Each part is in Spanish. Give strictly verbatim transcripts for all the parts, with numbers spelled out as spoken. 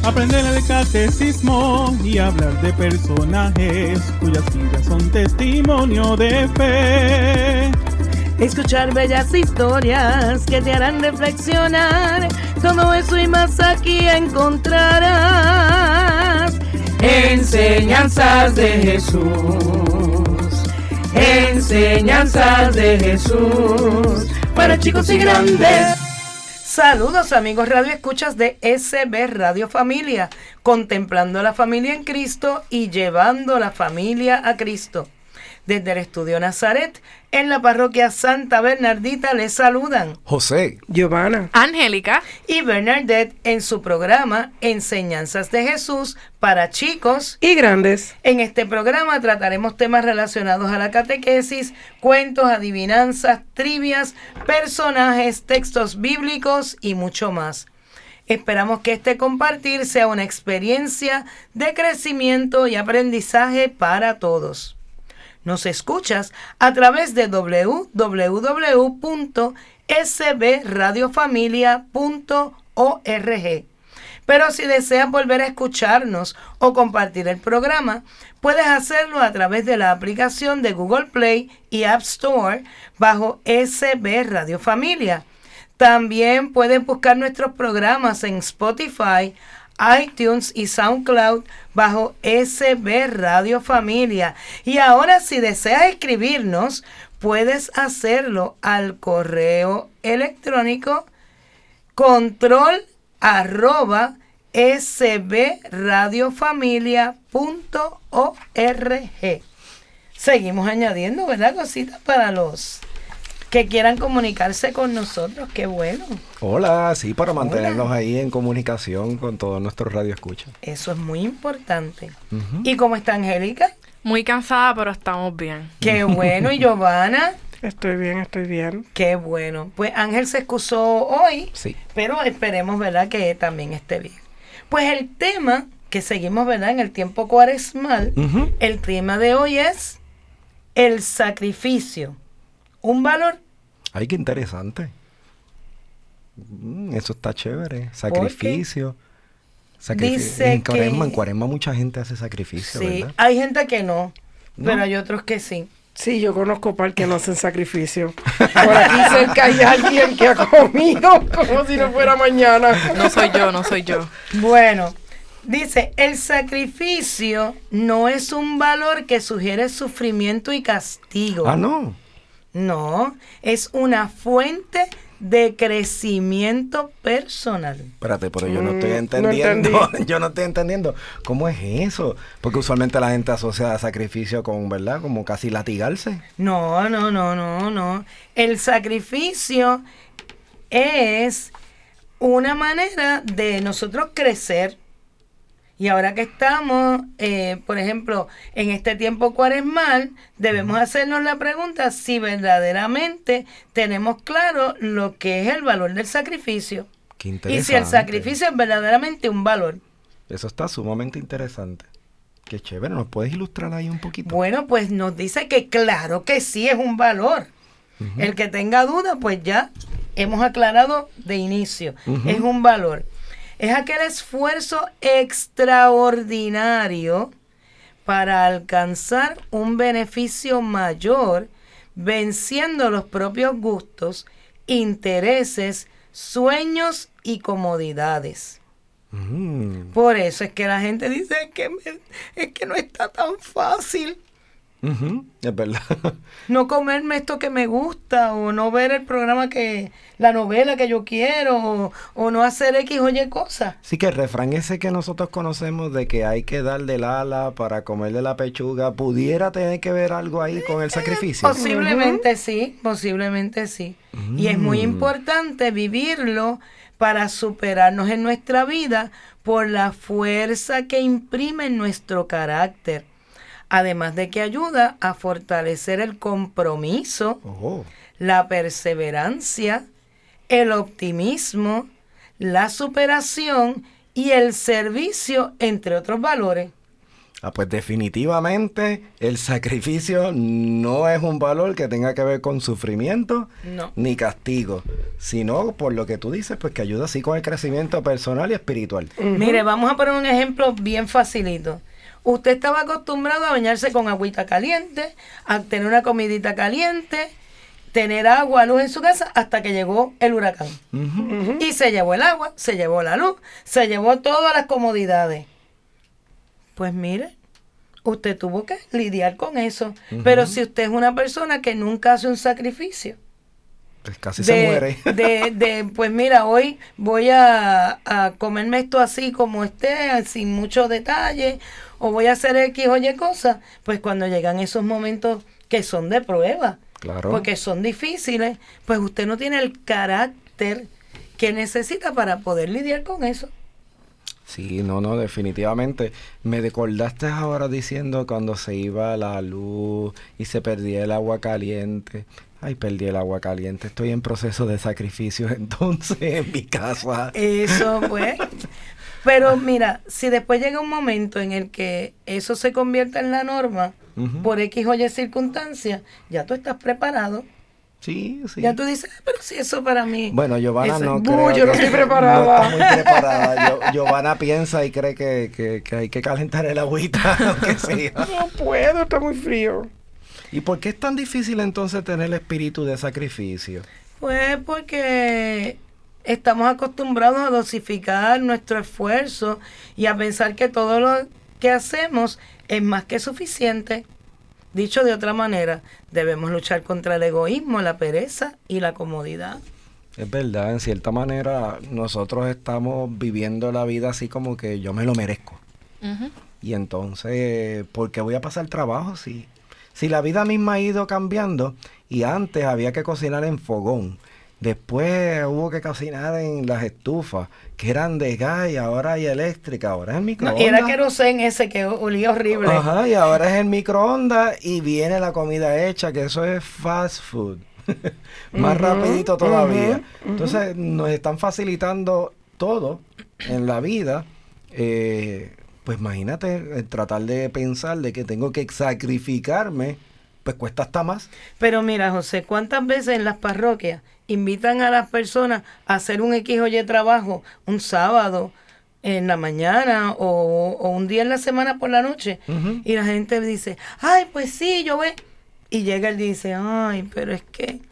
Aprender el catecismo y hablar de personajes cuyas vidas son testimonio de fe. Escuchar bellas historias que te harán reflexionar. Todo eso y más aquí encontrarás. Enseñanzas de Jesús. Enseñanzas de Jesús. Para chicos y grandes. Saludos amigos Radio Escuchas de S B Radio Familia. Contemplando la familia en Cristo y llevando la familia a Cristo. Desde el Estudio Nazaret, en la parroquia Santa Bernardita, les saludan José, Giovanna, Angélica y Bernadette en su programa Enseñanzas de Jesús para chicos y grandes. En este programa trataremos temas relacionados a la catequesis, cuentos, adivinanzas, trivias, personajes, textos bíblicos y mucho más. Esperamos que este compartir sea una experiencia de crecimiento y aprendizaje para todos. Nos escuchas a través de doble u doble u doble u punto s b radio familia punto org. Pero si deseas volver a escucharnos o compartir el programa, puedes hacerlo a través de la aplicación de Google Play y App Store bajo S B Radio Familia. También puedes buscar nuestros programas en Spotify, iTunes y SoundCloud bajo S B Radio Familia. Y ahora si deseas escribirnos, puedes hacerlo al correo electrónico control arroba sbradiofamilia punto org. Seguimos añadiendo, ¿verdad? Cositas para los que quieran comunicarse con nosotros. ¡Qué bueno! Hola, sí, para mantenernos Hola. ahí en comunicación con todos nuestros radioescuchas. Eso es muy importante. Uh-huh. ¿Y cómo está Angélica? muy cansada, pero estamos bien. ¡Qué bueno! ¿Y Giovanna? Estoy bien, estoy bien. ¡Qué bueno! Pues Ángel se excusó hoy, Sí. pero esperemos, ¿verdad?, que también esté bien. Pues el tema que seguimos, ¿verdad?, en el tiempo cuaresmal, Uh-huh. el tema de hoy es el sacrificio. Un valor. Ay, qué interesante. Mm, eso está chévere. Sacrificio. Sacrificio. Dice en Cuaresma, que- en Cuaresma mucha gente hace sacrificio, Sí, ¿verdad? hay gente que no, ¿No? pero hay otros que sí. Sí, yo conozco par que no hacen sacrificio. Por aquí cerca hay alguien que ha comido como si no fuera mañana. No soy yo, no soy yo. Bueno, dice, el sacrificio no es un valor que sugiere sufrimiento y castigo. Ah, no. No, es una fuente de crecimiento personal. Espérate, pero yo no Mm, estoy no entendiendo. entendí. yo no estoy entendiendo. ¿Cómo es eso? Porque usualmente la gente asocia sacrificio con, ¿verdad? Como casi latigarse. No, no, no, no, no. El sacrificio es una manera de nosotros crecer. Y ahora que estamos, eh, por ejemplo, en este tiempo cuaresmal, debemos hacernos la pregunta si verdaderamente tenemos claro lo que es el valor del sacrificio. Qué Y interesante. si el sacrificio es verdaderamente un valor. Eso está sumamente interesante. Qué chévere. ¿Nos puedes ilustrar ahí un poquito? Bueno, pues nos dice que claro que sí es un valor. Ujú. El que tenga duda, pues ya hemos aclarado de inicio. Ujú. Es un valor. Es aquel esfuerzo extraordinario para alcanzar un beneficio mayor, venciendo los propios gustos, intereses, sueños y comodidades. Mm. Por eso es que la gente dice "Es que, me- es que no está tan fácil Ujú. Es verdad. no comerme esto que me gusta, o no ver el programa que, la novela que yo quiero, o, o no hacer X o Y cosas". Sí, que el refrán ese que nosotros conocemos de que hay que dar del ala para comer de la pechuga, ¿pudiera tener que ver algo ahí con el sacrificio? Posiblemente sí, posiblemente sí. Y es muy Mm. importante vivirlo para superarnos en nuestra vida por la fuerza que imprime en nuestro carácter. Además de que ayuda a fortalecer el compromiso, Oh. la perseverancia, el optimismo, la superación y el servicio, entre otros valores. Ah, pues definitivamente el sacrificio no es un valor que tenga que ver con sufrimiento No. ni castigo, sino por lo que tú dices, pues que ayuda así con el crecimiento personal y espiritual. Mire, vamos a poner un ejemplo bien facilito. Usted estaba acostumbrado a bañarse con agüita caliente, a tener una comidita caliente, tener agua, luz en su casa, hasta que llegó el huracán. Ujú. Y se llevó el agua, se llevó la luz, se llevó todas las comodidades. Pues mire, usted tuvo que lidiar con eso. Ujú. Pero si usted es una persona que nunca hace un sacrificio, Pues casi se de, muere. de, de, pues mira, hoy voy a, a comerme esto así como esté, sin mucho detalle, o voy a hacer X o Y cosas, pues cuando llegan esos momentos que son de prueba, Claro. porque son difíciles, pues usted no tiene el carácter que necesita para poder lidiar con eso. Sí, no, no, definitivamente. Me recordaste ahora diciendo cuando se iba la luz y se perdía el agua caliente. Ay, perdí el agua caliente. Estoy en proceso de sacrificio entonces en mi casa. Eso pues. Pero mira, si después llega un momento en el que eso se convierta en la norma, Ujú. por X o Y circunstancias, ya tú estás preparado. Sí, sí. Ya tú dices, "Ah, pero si eso para mí". Bueno, Giovanna eso no es- creo Bu, yo no que- estoy preparada. No está muy preparada. Yo- Giovanna piensa y cree que, que, que hay que calentar el agüita, aunque sea. No puedo, está muy frío. ¿Y por qué es tan difícil entonces tener el espíritu de sacrificio? Pues porque estamos acostumbrados a dosificar nuestro esfuerzo y a pensar que todo lo que hacemos es más que suficiente. Dicho de otra manera, debemos luchar contra el egoísmo, la pereza y la comodidad. Es verdad, en cierta manera nosotros estamos viviendo la vida así como que yo me lo merezco. Ujú. Y entonces, ¿por qué voy a pasar trabajo si, si la vida misma ha ido cambiando y antes había que cocinar en fogón? Después hubo que cocinar en las estufas, que eran de gas y ahora hay eléctrica, ahora es el No, microondas. y era querosén ese que olía horrible. Ajá, y ahora es el microondas y viene la comida hecha, que eso es fast food. Más Ujú, rapidito todavía. ujú, ujú. Entonces nos están facilitando todo en la vida. Eh, pues imagínate, eh, tratar de pensar de que tengo que sacrificarme, pues cuesta hasta más. Pero mira, José, ¿cuántas veces en las parroquias invitan a las personas a hacer un X o Y trabajo un sábado en la mañana o, o un día en la semana por la noche? Ujú. Y la gente dice, ay, pues sí, yo ve. Y llega él y dice, ay, pero es que,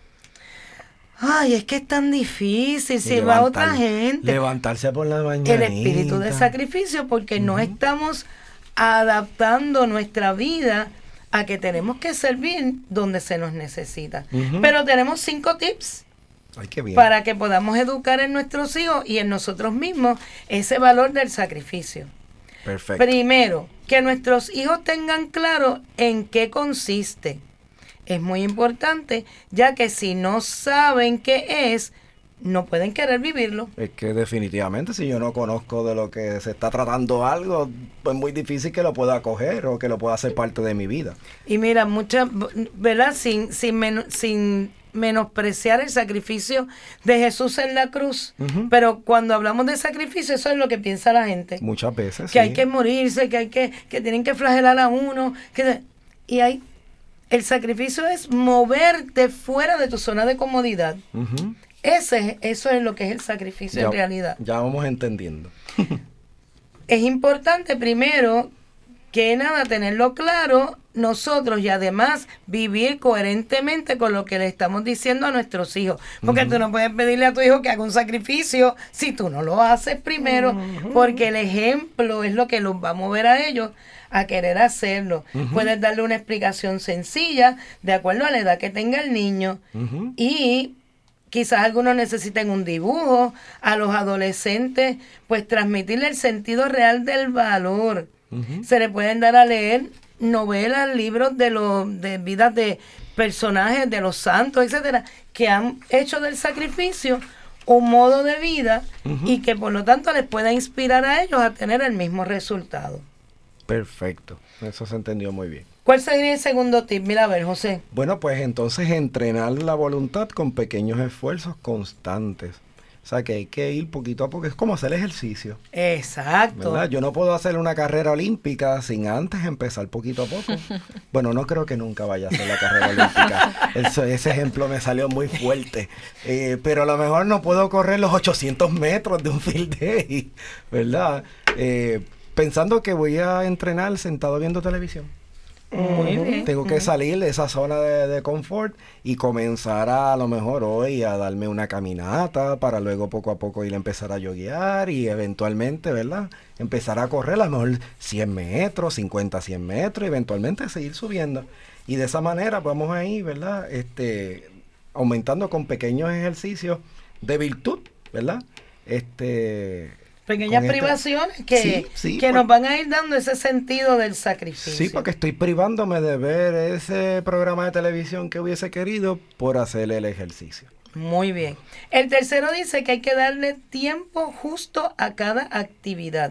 ay, es que es tan difícil Y si va otra levantar- gente. Levantarse por la mañana. El espíritu de sacrificio, porque no Ujú. estamos adaptando nuestra vida a que tenemos que servir donde se nos necesita. Ujú. Pero tenemos cinco tips Ay, qué bien. para que podamos educar en nuestros hijos y en nosotros mismos ese valor del sacrificio. Perfecto. Primero, que nuestros hijos tengan claro en qué consiste. Es muy importante, ya que si no saben qué es, no pueden querer vivirlo. Es que definitivamente si yo no conozco de lo que se está tratando algo, pues es muy difícil que lo pueda acoger o que lo pueda hacer parte de mi vida. Y mira, muchas, ¿verdad? Sin, sin, men- sin menospreciar el sacrificio de Jesús en la cruz. Ujú. Pero cuando hablamos de sacrificio, eso es lo que piensa la gente. Muchas veces. Que sí. hay que morirse, que hay que, que tienen que flagelar a uno. Que, y hay, el sacrificio es moverte fuera de tu zona de comodidad. Ujú. Ese, eso es lo que es el sacrificio en realidad. Ya vamos entendiendo. Es importante primero que nada tenerlo claro nosotros y además vivir coherentemente con lo que le estamos diciendo a nuestros hijos. Porque tú no puedes pedirle a tu hijo que haga un sacrificio si tú no lo haces primero, porque el ejemplo es lo que los va a mover a ellos a querer hacerlo. Puedes darle una explicación sencilla de acuerdo a la edad que tenga el niño Ujú. y quizás algunos necesiten un dibujo, a los adolescentes pues transmitirle el sentido real del valor. Ujú. Se le pueden dar a leer novelas, libros de los de vidas de personajes, de los santos, etcétera, que han hecho del sacrificio un modo de vida y que por lo tanto les pueda inspirar a ellos a tener el mismo resultado. Perfecto. Eso se entendió muy bien. ¿Cuál sería el segundo tip? Mira, a ver, José. Bueno, pues entonces entrenar la voluntad con pequeños esfuerzos constantes. sea que hay que ir poquito a poco, es como hacer ejercicio. Exacto. ¿Verdad? Yo no puedo hacer una carrera olímpica sin antes empezar poquito a poco. Bueno, no creo que nunca vaya a hacer la carrera olímpica. Eso, ese ejemplo me salió muy fuerte. Eh, pero a lo mejor no puedo correr los ochocientos metros de un field day, ¿verdad? Eh, pensando que voy a entrenar sentado viendo televisión. Muy bien. Tengo que salir de esa zona de, de confort y comenzar a, a lo mejor hoy a darme una caminata para luego poco a poco ir a empezar a yoguear y eventualmente, ¿verdad? Empezar a correr a lo mejor cien metros, cincuenta, cien metros y eventualmente seguir subiendo. Y de esa manera vamos a ir, ¿verdad? Este, aumentando con pequeños ejercicios de virtud, ¿verdad? Este... Pequeñas con privaciones que, Sí, sí, que por- nos van a ir dando ese sentido del sacrificio. Sí, porque estoy privándome de ver ese programa de televisión que hubiese querido por hacer el ejercicio. Muy bien. El tercero dice que hay que darle tiempo justo a cada actividad.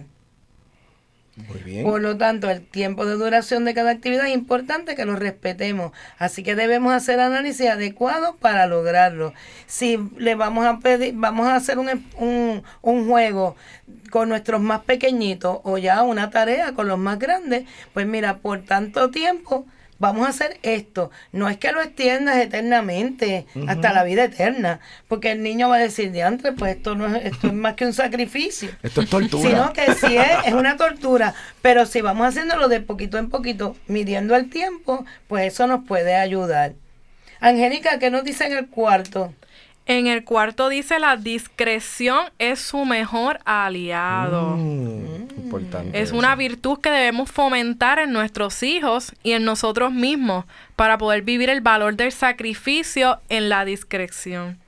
Muy bien. Por lo tanto, el tiempo de duración de cada actividad es importante que lo respetemos. Así que debemos hacer análisis adecuados para lograrlo. Si le vamos a pedir, vamos a hacer un, un, un juego con nuestros más pequeñitos o ya una tarea con los más grandes, pues mira, por tanto tiempo vamos a hacer esto. No es que lo extiendas eternamente, Ujú. hasta la vida eterna, porque el niño va a decir, diantre, pues esto no es, esto es más que un sacrificio. Esto es tortura. Sino que sí es, es una tortura, pero si vamos haciéndolo de poquito en poquito, midiendo el tiempo, pues eso nos puede ayudar. Angélica, ¿qué nos dice en el cuarto? En el cuarto dice la discreción es su mejor aliado. Mm, importante. Es eso. una virtud que debemos fomentar en nuestros hijos y en nosotros mismos para poder vivir el valor del sacrificio en la discreción.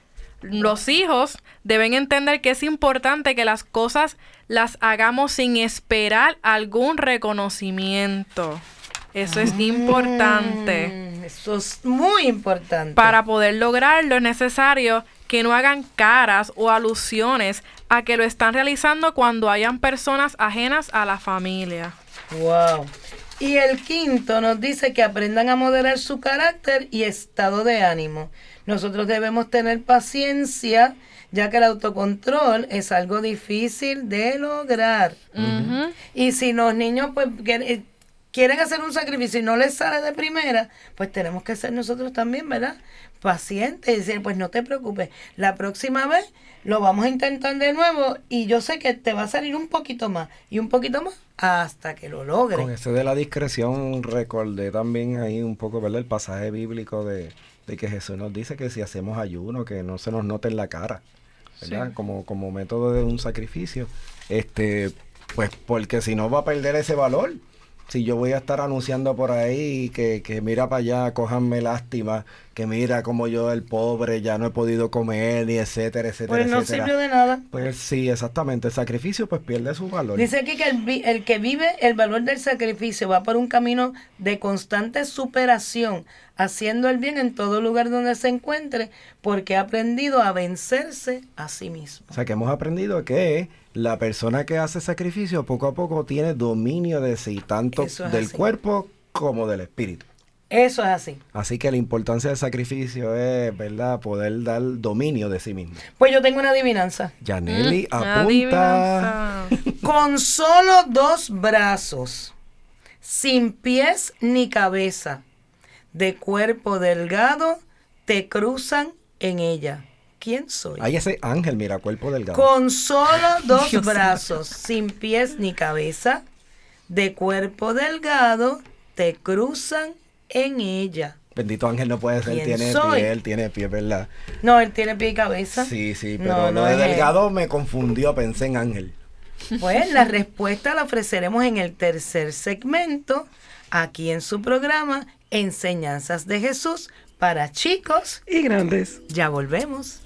Los hijos deben entender que es importante que las cosas las hagamos sin esperar algún reconocimiento. Eso es importante. Mm, eso es muy importante. Para poder lograrlo es necesario que no hagan caras o alusiones a que lo están realizando cuando hayan personas ajenas a la familia. Wow. Y el quinto nos dice que aprendan a moderar su carácter y estado de ánimo. Nosotros debemos tener paciencia, ya que el autocontrol es algo difícil de lograr. Ujú. Y si los niños pues que- quieren hacer un sacrificio y no les sale de primera, pues tenemos que ser nosotros también, ¿verdad? Pacientes y decir, pues no te preocupes, la próxima vez lo vamos a intentar de nuevo y yo sé que te va a salir un poquito más y un poquito más hasta que lo Con logres. ese de la discreción recordé también ahí un poco, ¿verdad? El pasaje bíblico de, de que Jesús nos dice que si hacemos ayuno, que no se nos note en la cara, ¿verdad? Sí. Como, como método de un sacrificio. Este, pues porque si no va a perder ese valor. Si yo voy a estar anunciando por ahí que, que mira para allá, cójanme lástima, que mira como yo el pobre ya no he podido comer, y etcétera, etcétera, Pues no etcétera. sirvió de nada. Pues sí, exactamente. El sacrificio pues pierde su valor. Dice aquí que el, vi- el que vive el valor del sacrificio va por un camino de constante superación, haciendo el bien en todo lugar donde se encuentre, porque ha aprendido a vencerse a sí mismo. O sea, que hemos aprendido que la persona que hace sacrificio poco a poco tiene dominio de sí, tanto Eso es del así. cuerpo como del espíritu. Eso es así. Así que la importancia del sacrificio es, ¿verdad?, poder dar dominio de sí mismo. Pues yo tengo una adivinanza. Yaneli, apunta. Adivinanza. Con solo dos brazos, sin pies ni cabeza, de cuerpo delgado, te cruzan en ella. ¿Quién soy? Hay ese ángel, mira, cuerpo delgado. Con solo dos Dios brazos, sin pies ni cabeza, de cuerpo delgado, te cruzan en ella. Bendito ángel no puede ser, ¿Quién tiene soy? pie, él tiene pie, ¿verdad? No, él tiene pie y cabeza. Sí, sí, No, pero no lo de es él. delgado me confundió, pensé en ángel. Pues la respuesta la ofreceremos en el tercer segmento, aquí en su programa Enseñanzas de Jesús para chicos. Y grandes. Ya volvemos.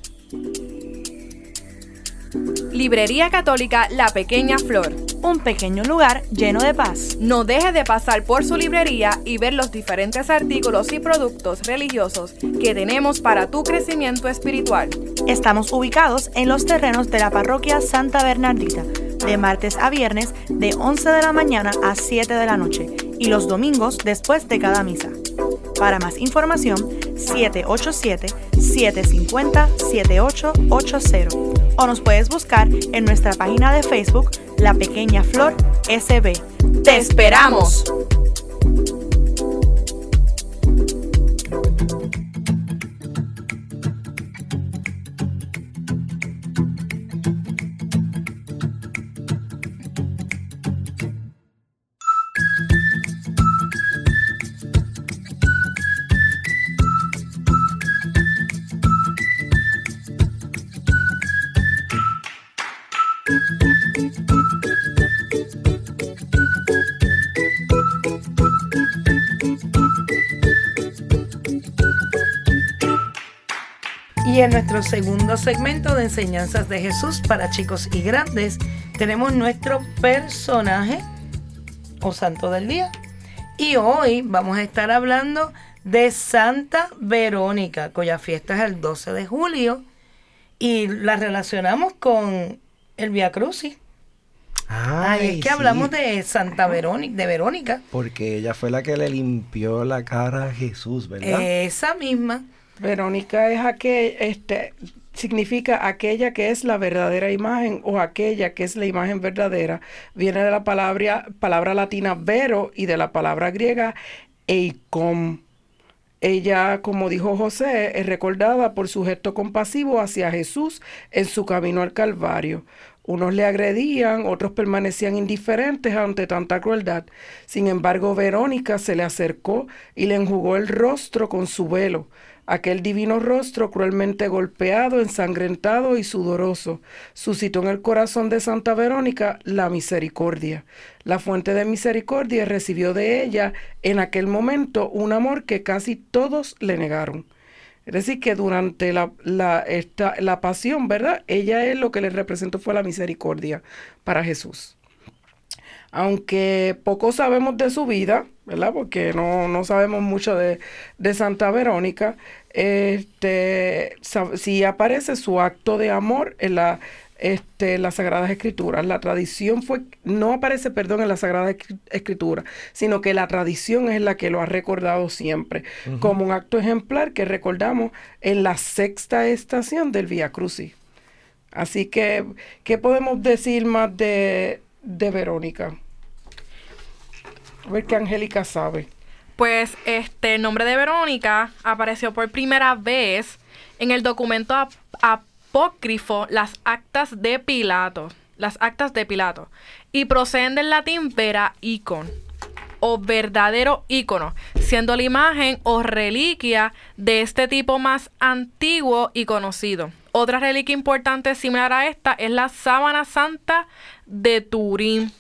Librería Católica La Pequeña Flor. Un pequeño lugar lleno de paz. No deje de pasar por su librería y ver los diferentes artículos y productos religiosos que tenemos para tu crecimiento espiritual. Estamos ubicados en los terrenos de la parroquia Santa Bernardita, de martes a viernes de once de la mañana a siete de la noche y los domingos después de cada misa. Para más información, siete ocho siete, siete cinco cero, siete ocho ocho cero o nos puedes buscar en nuestra página de Facebook La Pequeña Flor S B. ¡Te esperamos! Y en nuestro segundo segmento de enseñanzas de Jesús para chicos y grandes, tenemos nuestro personaje o santo del día. Y hoy vamos a estar hablando de Santa Verónica, cuya fiesta es el doce de julio. Y la relacionamos con el Vía Crucis. Ay, Ay, es que sí, hablamos de Santa Verónica, de Verónica. porque ella fue la que le limpió la cara a Jesús, ¿verdad? Esa misma. Verónica es aquel, este, significa aquella que es la verdadera imagen o aquella que es la imagen verdadera. Viene de la palabra, palabra latina vero y de la palabra griega eikon. Ella, como dijo José, es recordada por su gesto compasivo hacia Jesús en su camino al Calvario. Unos le agredían, otros permanecían indiferentes ante tanta crueldad. Sin embargo, Verónica se le acercó y le enjugó el rostro con su velo. Aquel divino rostro cruelmente golpeado, ensangrentado y sudoroso, suscitó en el corazón de Santa Verónica la misericordia. La fuente de misericordia recibió de ella en aquel momento un amor que casi todos le negaron. Es decir, que durante la, la, esta, la pasión, ¿verdad? Ella es lo que le representó fue la misericordia para Jesús. Aunque poco sabemos de su vida, ¿verdad? Porque no, no sabemos mucho de, de Santa Verónica, este, sí aparece su acto de amor en la, este, las Sagradas Escrituras. La tradición fue, no aparece, perdón, en las Sagradas Escrituras, sino que la tradición es la que lo ha recordado siempre, uh-huh, como un acto ejemplar que recordamos en la sexta estación del Vía Crucis. Así que, ¿qué podemos decir más de, de Verónica? A ver qué Angélica sabe. Pues este el nombre de Verónica apareció por primera vez en el documento ap- apócrifo Las Actas de Pilato, las Actas de Pilato, y proceden del latín vera icon, o verdadero ícono, siendo la imagen o reliquia de este tipo más antiguo y conocido. Otra reliquia importante similar a esta es la sábana santa de Turín.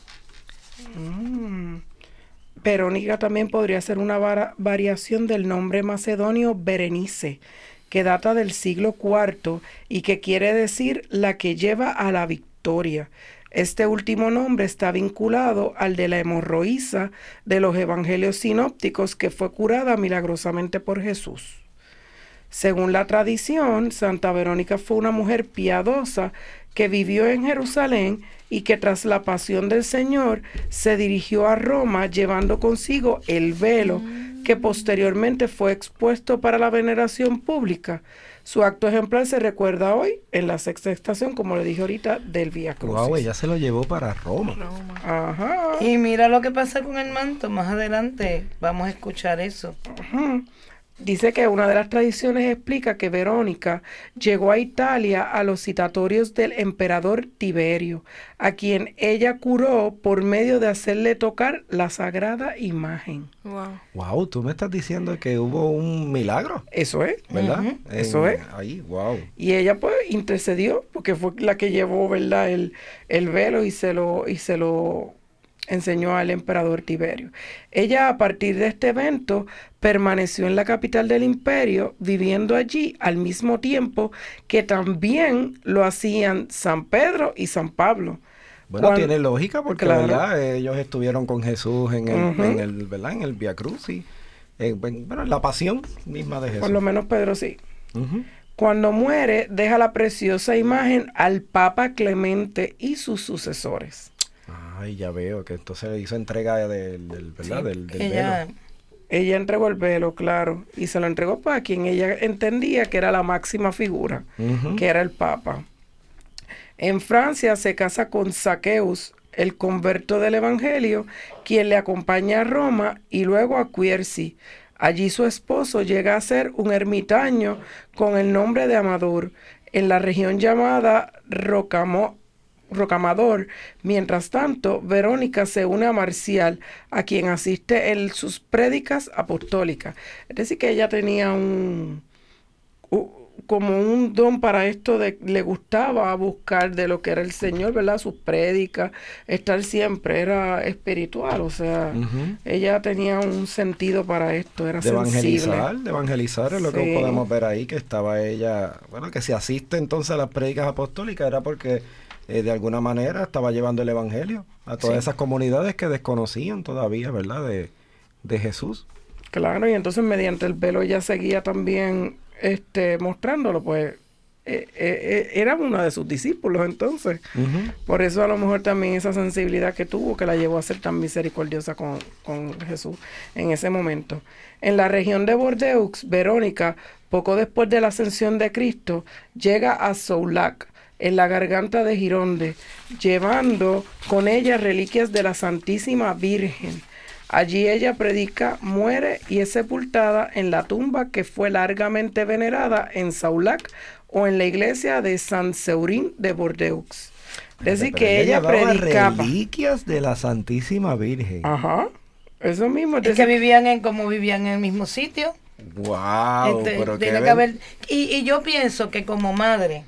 Mm. Verónica también podría ser una vara- variación del nombre macedonio Berenice, que data del siglo cuarto y que quiere decir la que lleva a la victoria. Este último nombre está vinculado al de la hemorroísa de los evangelios sinópticos, que fue curada milagrosamente por Jesús. Según la tradición, Santa Verónica fue una mujer piadosa que vivió en Jerusalén y que tras la pasión del Señor se dirigió a Roma llevando consigo el velo que posteriormente fue expuesto para la veneración pública. Su acto ejemplar se recuerda hoy en la sexta estación, como le dije ahorita, del Vía Crucis. Wow, ella se lo llevó para Roma. Roma. Ajá. Y mira lo que pasa con el manto. Más adelante vamos a escuchar eso. Ajá. Dice que una de las tradiciones explica que Verónica llegó a Italia a los citatorios del emperador Tiberio, a quien ella curó por medio de hacerle tocar la sagrada imagen. Wow. Wow, tú me estás diciendo que hubo un milagro, Eso es. ¿verdad? Ujú. En- Eso es. Ahí, wow. Y ella pues intercedió porque fue la que llevó, ¿verdad?, el, el velo y se lo y se lo enseñó al emperador Tiberio. Ella, a partir de este evento, permaneció en la capital del imperio, viviendo allí al mismo tiempo que también lo hacían San Pedro y San Pablo. Bueno, Cuan- tiene lógica porque, Claro. ¿verdad? Ellos estuvieron con Jesús en el, Ujú. en el, ¿verdad? En el Vía Crucis. En, en- bueno, en la pasión misma de Jesús. Por lo menos Pedro sí. Ujú. Cuando muere, deja la preciosa imagen al Papa Clemente y sus sucesores. Ay, ya veo que entonces le hizo entrega del, del, ¿verdad? Sí, del, del ella velo. Ella entregó el velo, claro, y se lo entregó para quien ella entendía que era la máxima figura, uh-huh. que era el Papa. En Francia se casa con Zaqueus, el converto del Evangelio, quien le acompaña a Roma y luego a Quercy. Allí su esposo llega a ser un ermitaño con el nombre de Amador, en la región llamada Rocamo, Rocamador. Mientras tanto, Verónica se une a Marcial, a quien asiste en sus prédicas apostólicas. Es decir, que ella tenía un, un como un don para esto, de le gustaba buscar de lo que era el Señor, ¿verdad? Sus prédicas, estar siempre, era espiritual, o sea, uh-huh. ella tenía un sentido para esto, era de sensible. Evangelizar, de evangelizar es lo sí. que podemos ver ahí, que estaba ella, bueno, que si asiste entonces a las prédicas apostólicas era porque eh, de alguna manera estaba llevando el Evangelio a todas sí. esas comunidades que desconocían todavía, ¿verdad? De, de Jesús. Claro, y entonces mediante el velo ella seguía también este mostrándolo, pues eh, eh, era uno de sus discípulos entonces. Uh-huh. Por eso a lo mejor también esa sensibilidad que tuvo que la llevó a ser tan misericordiosa con, con Jesús en ese momento. En la región de Bordeaux, Verónica, poco después de la ascensión de Cristo, llega a Soulac, en la garganta de Gironde, llevando con ella reliquias de la Santísima Virgen. Allí ella predica, muere y es sepultada en la tumba que fue largamente venerada en Soulac o en la iglesia de Saint-Seurin de Bordeaux. Es decir, que ella, ella predicaba reliquias de la Santísima Virgen. Ajá, eso mismo. Es, es decir, que vivían en como vivían en el mismo sitio. Wow, este, pero tiene que haber, y, y yo pienso que como madre,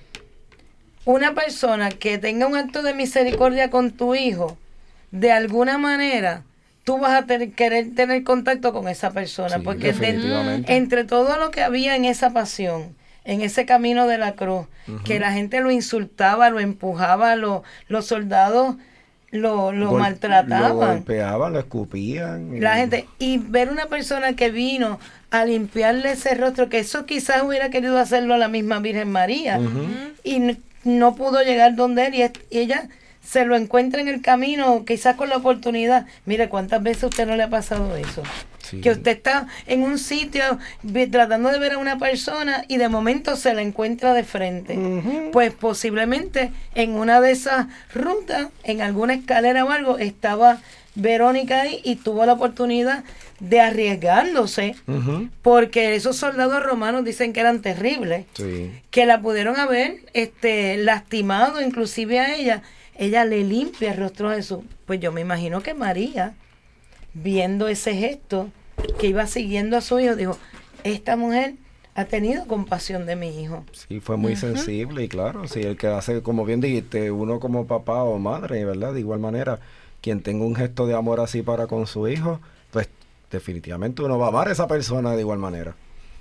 una persona que tenga un acto de misericordia con tu hijo, de alguna manera tú vas a tener, querer tener contacto con esa persona, sí, porque de, entre todo lo que había en esa pasión, en ese camino de la cruz, uh-huh. que la gente lo insultaba, lo empujaba, lo, los soldados lo, lo Gol, maltrataban. Lo golpeaban, lo escupían. La y... gente, y ver una persona que vino a limpiarle ese rostro, que eso quizás hubiera querido hacerlo la misma Virgen María, uh-huh. y no, no pudo llegar donde él, y, y ella se lo encuentra en el camino, quizás con la oportunidad. Mire, ¿cuántas veces a usted no le ha pasado eso? Sí. Que usted está en un sitio tratando de ver a una persona y de momento se la encuentra de frente. Uh-huh. Pues posiblemente en una de esas rutas, en alguna escalera o algo, estaba Verónica ahí y tuvo la oportunidad de arriesgándose, uh-huh. porque esos soldados romanos dicen que eran terribles, sí. que la pudieron haber este, lastimado inclusive a ella. Ella le limpia el rostro a Jesús. Pues yo me imagino que María, viendo ese gesto, que iba siguiendo a su hijo, dijo, esta mujer ha tenido compasión de mi hijo. Sí, fue muy uh-huh. sensible y claro, sí, el que hace, como bien dijiste, uno como papá o madre, ¿verdad? De igual manera, quien tenga un gesto de amor así para con su hijo, pues definitivamente uno va a amar a esa persona de igual manera.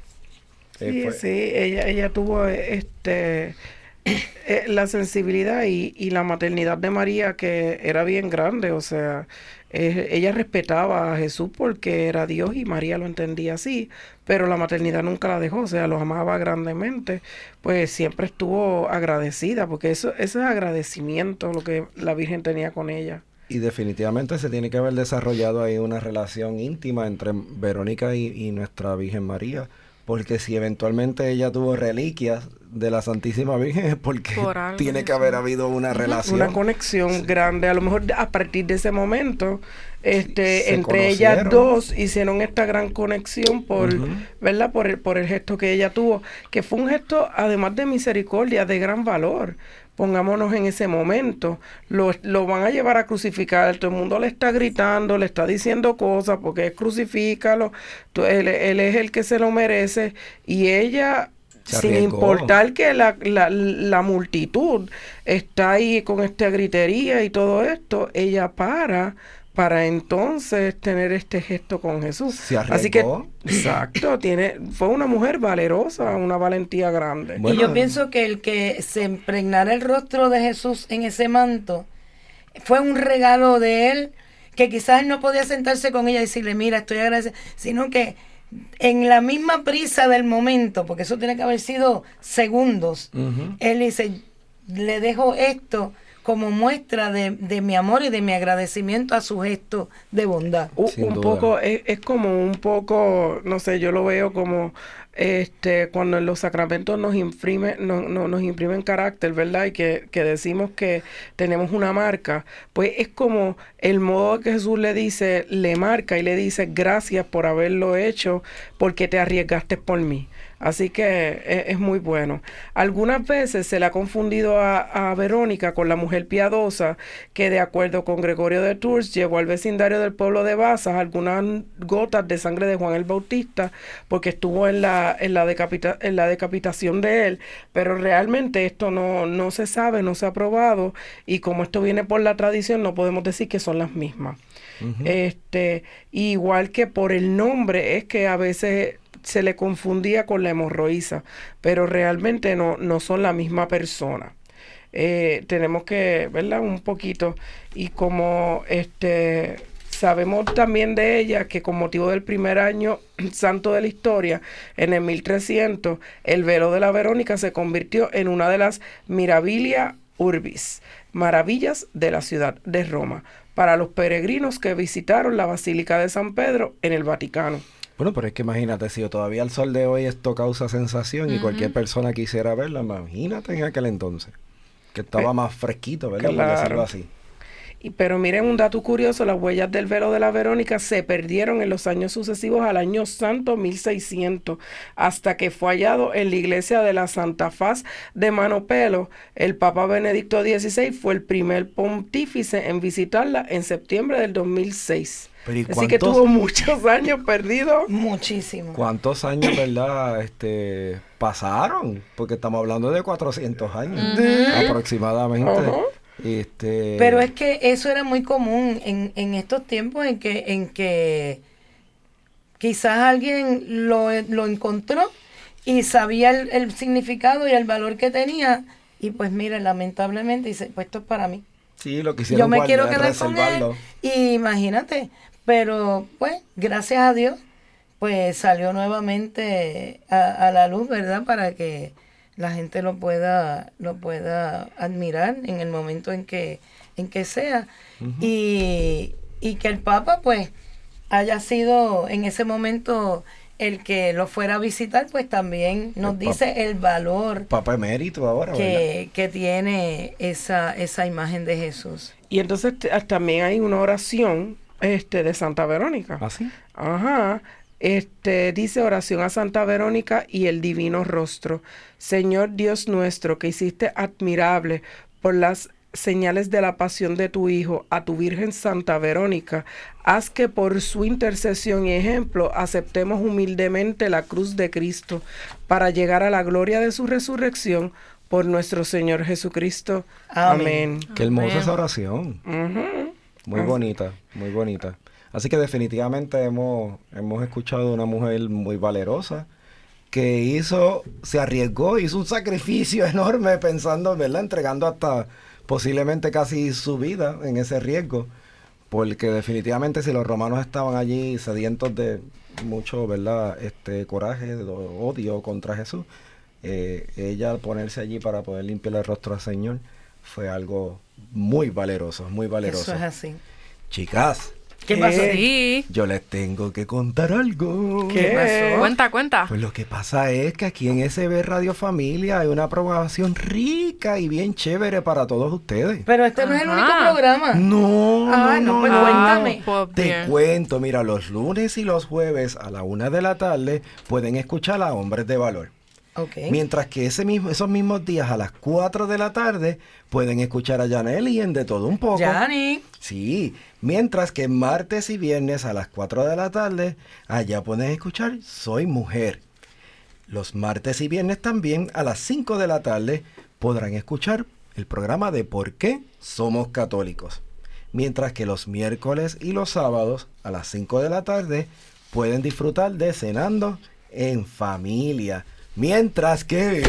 Sí, eh, fue... sí, ella, ella tuvo este... Eh, la sensibilidad y, y la maternidad de María, que era bien grande, o sea, eh, ella respetaba a Jesús porque era Dios y María lo entendía así, pero la maternidad nunca la dejó, o sea, lo amaba grandemente, pues siempre estuvo agradecida, porque eso, eso es agradecimiento lo que la Virgen tenía con ella. Y definitivamente se tiene que haber desarrollado ahí una relación íntima entre Verónica y, y nuestra Virgen María, porque si eventualmente ella tuvo reliquias de la Santísima Virgen es porque Por tiene que haber habido una relación. Una conexión sí. grande. A lo mejor a partir de ese momento, este, sí, entre ellas dos hicieron esta gran conexión por, uh-huh. ¿verdad? Por el, por el gesto que ella tuvo, que fue un gesto además de misericordia, de gran valor. Pongámonos en ese momento, lo, lo van a llevar a crucificar, todo el mundo le está gritando, le está diciendo cosas, porque es crucifícalo, tú, él, él es el que se lo merece, y ella, sin importar que la, la, la multitud está ahí con esta gritería y todo esto, ella para... para entonces tener este gesto con Jesús. Se arriesgó. Así que, exacto, tiene, fue una mujer valerosa, una valentía grande. Bueno, y yo pienso que el que se impregnara el rostro de Jesús en ese manto fue un regalo de él, que quizás él no podía sentarse con ella y decirle, mira, estoy agradecida, sino que en la misma prisa del momento, porque eso tiene que haber sido segundos, uh-huh. él dice, le dejo esto como muestra de, de mi amor y de mi agradecimiento a su gesto de bondad. Un, Sin un duda. poco, es, es como un poco, no sé, yo lo veo como este cuando en los sacramentos nos imprime, no, no, nos imprimen carácter, ¿verdad? Y que, que decimos que tenemos una marca, pues es como el modo que Jesús le dice, le marca y le dice gracias por haberlo hecho, porque te arriesgaste por mí. Así que es, es muy bueno. Algunas veces se le ha confundido a, a Verónica con la mujer piadosa que, de acuerdo con Gregorio de Tours, llevó al vecindario del pueblo de Bazas algunas gotas de sangre de Juan el Bautista porque estuvo en la, en la, decapita, en la decapitación de él. Pero realmente esto no, no se sabe, no se ha probado, y como esto viene por la tradición, no podemos decir que son las mismas. Uh-huh. Este, igual que por el nombre, es que a veces se le confundía con la hemorroísa, pero realmente no, no son la misma persona. Eh, tenemos que, ¿verdad? Un poquito, y como este sabemos también de ella que con motivo del primer año santo de la historia, en el mil trescientos, el velo de la Verónica se convirtió en una de las Mirabilia Urbis, maravillas de la ciudad de Roma, para los peregrinos que visitaron la Basílica de San Pedro en el Vaticano. Bueno, pero es que imagínate, si todavía al sol de hoy esto causa sensación uh-huh. y cualquier persona quisiera verla, imagínate en aquel entonces, que estaba pues, más fresquito, ¿verdad? Claro. Por decirlo así. Y, pero miren un dato curioso, las huellas del velo de la Verónica se perdieron en los años sucesivos al año santo mil seiscientos, hasta que fue hallado en la iglesia de la Santa Faz de Manopelo. El Papa Benedicto dieciséis fue el primer pontífice en visitarla en septiembre del dos mil seis. Así que tuvo muchos años perdidos. Muchísimo. ¿Cuántos años, verdad, este, pasaron? Porque estamos hablando de cuatrocientos años uh-huh. aproximadamente. Uh-huh. Este... Pero es que eso era muy común en, en estos tiempos en que, en que quizás alguien lo, lo encontró y sabía el, el significado y el valor que tenía, y pues mira, lamentablemente dice, pues esto es para mí. Sí, lo quisieron Yo me guardar, quiero quedar con él, y imagínate, pero pues gracias a Dios pues salió nuevamente a, a la luz, ¿verdad? Para que la gente lo pueda lo pueda admirar en el momento en que en que sea. Uh-huh. y, y que el Papa pues haya sido en ese momento el que lo fuera a visitar, pues también nos el dice papa, el valor Papa emérito ahora, que, que tiene esa esa imagen de Jesús. Y entonces t- también hay una oración este de Santa Verónica. ¿Ah, sí? Ajá. Este dice: oración a Santa Verónica y el divino rostro. Señor Dios nuestro, que hiciste admirable por las señales de la pasión de tu Hijo a tu Virgen Santa Verónica, haz que por su intercesión y ejemplo aceptemos humildemente la cruz de Cristo para llegar a la gloria de su resurrección por nuestro Señor Jesucristo. Amén. Amén. Qué hermosa esa oración. Uh-huh. Muy bonita, muy bonita. Así que definitivamente hemos, hemos escuchado de una mujer muy valerosa que hizo, se arriesgó, hizo un sacrificio enorme pensando, ¿verdad? Entregando hasta posiblemente casi su vida en ese riesgo, porque definitivamente si los romanos estaban allí sedientos de mucho, ¿verdad? Este coraje, de odio contra Jesús, eh, ella al ponerse allí para poder limpiar el rostro al Señor fue algo muy valeroso, muy valeroso. Eso es así. Chicas, ¿Qué pasó? Sí. yo les tengo que contar algo. ¿Qué pasó? Cuenta, cuenta. Pues lo que pasa es que aquí en S B Radio Familia hay una programación rica y bien chévere para todos ustedes. Pero este no es el Ajá. único programa. No, Ah, no, no, pues no, cuéntame. Pues Te bien. cuento, mira, los lunes y los jueves a la una de la tarde pueden escuchar a Hombres de Valor. Okay. Mientras que ese mismo, esos mismos días a las cuatro de la tarde pueden escuchar a Yaneli en De Todo Un Poco. Yani. Sí, mientras que martes y viernes a las cuatro de la tarde, allá pueden escuchar Soy Mujer. Los martes y viernes también a las cinco de la tarde podrán escuchar el programa de ¿Por qué somos católicos? Mientras que los miércoles y los sábados a las cinco de la tarde pueden disfrutar de Cenando en Familia. Mientras que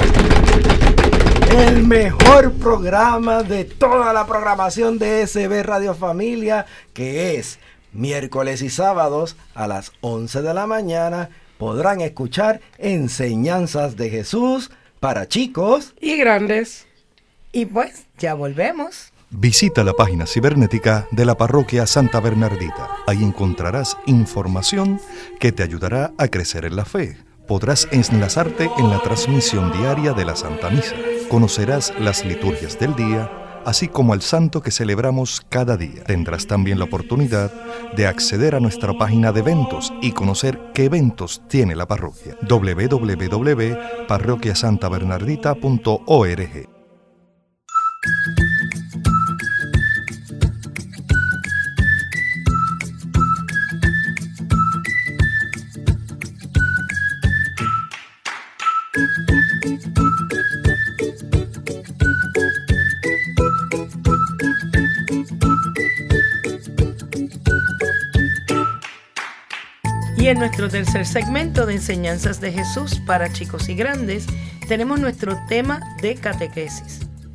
el mejor programa de toda la programación de S B Radio Familia, que es miércoles y sábados a las once de la mañana, podrán escuchar Enseñanzas de Jesús para chicos Y grandes. Y pues, ya volvemos. Visita la página cibernética de la Parroquia Santa Bernardita. Ahí encontrarás información que te ayudará a crecer en la fe. Podrás enlazarte en la transmisión diaria de la Santa Misa. Conocerás las liturgias del día, así como al santo que celebramos cada día. Tendrás también la oportunidad de acceder a nuestra página de eventos y conocer qué eventos tiene la parroquia. doble u doble u doble u punto parroquia santa bernardita punto org. Y en nuestro tercer segmento de Enseñanzas de Jesús para chicos y grandes, tenemos nuestro tema de catequesis.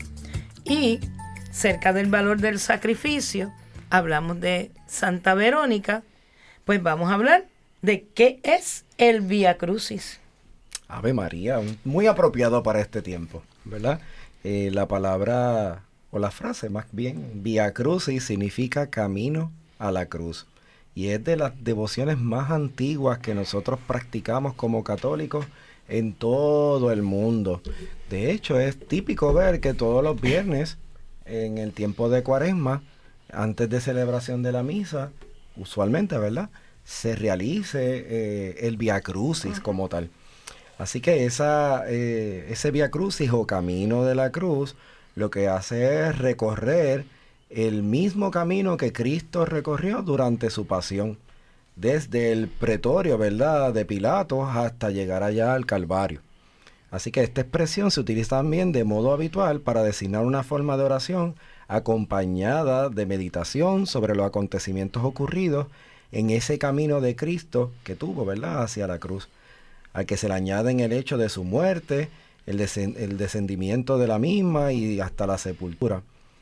Y cerca del valor del sacrificio, hablamos de Santa Verónica, pues vamos a hablar de qué es el Vía Crucis. Ave María, muy apropiado para este tiempo, ¿verdad? Eh, la palabra, o la frase más bien, Vía Crucis significa camino a la cruz. Y es de las devociones más antiguas que nosotros practicamos como católicos en todo el mundo. De hecho, es típico ver que todos los viernes, en el tiempo de Cuaresma, antes de celebración de la misa, usualmente, ¿verdad?, se realice eh, el Vía Crucis como tal. Así que esa, eh, ese Vía Crucis o Camino de la Cruz lo que hace es recorrer el mismo camino que Cristo recorrió durante su pasión, desde el pretorio, ¿verdad?, de Pilatos hasta llegar allá al Calvario. Así que esta expresión se utiliza también de modo habitual para designar una forma de oración acompañada de meditación sobre los acontecimientos ocurridos en ese camino de Cristo que tuvo, ¿verdad?, hacia la cruz, al que se le añaden el hecho de su muerte, el, descend- el descendimiento de la misma y hasta la sepultura,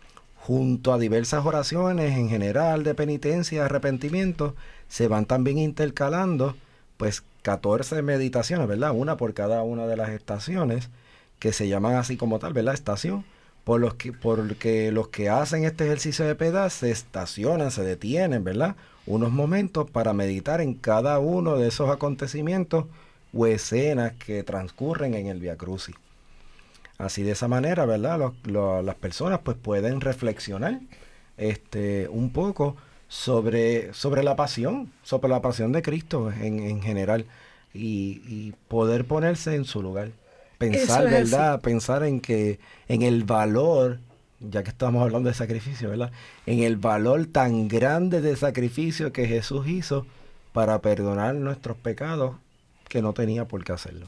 junto a diversas oraciones en general de penitencia y arrepentimiento. Se van también intercalando pues catorce meditaciones, ¿verdad?, una por cada una de las estaciones, que se llaman así como tal, ¿verdad?, estación, por los que, porque los que hacen este ejercicio de piedad se estacionan, se detienen, ¿verdad?, unos momentos para meditar en cada uno de esos acontecimientos o escenas que transcurren en el Vía Crucis. Así de esa manera, ¿verdad?, los, los, las personas pues pueden reflexionar este, un poco sobre, sobre la pasión, sobre la pasión de Cristo en, en general, y, y poder ponerse en su lugar. Pensar, ¿verdad?, pensar en que, en el valor, ya que estamos hablando de sacrificio, ¿verdad?, en el valor tan grande de sacrificio que Jesús hizo para perdonar nuestros pecados, que no tenía por qué hacerlo.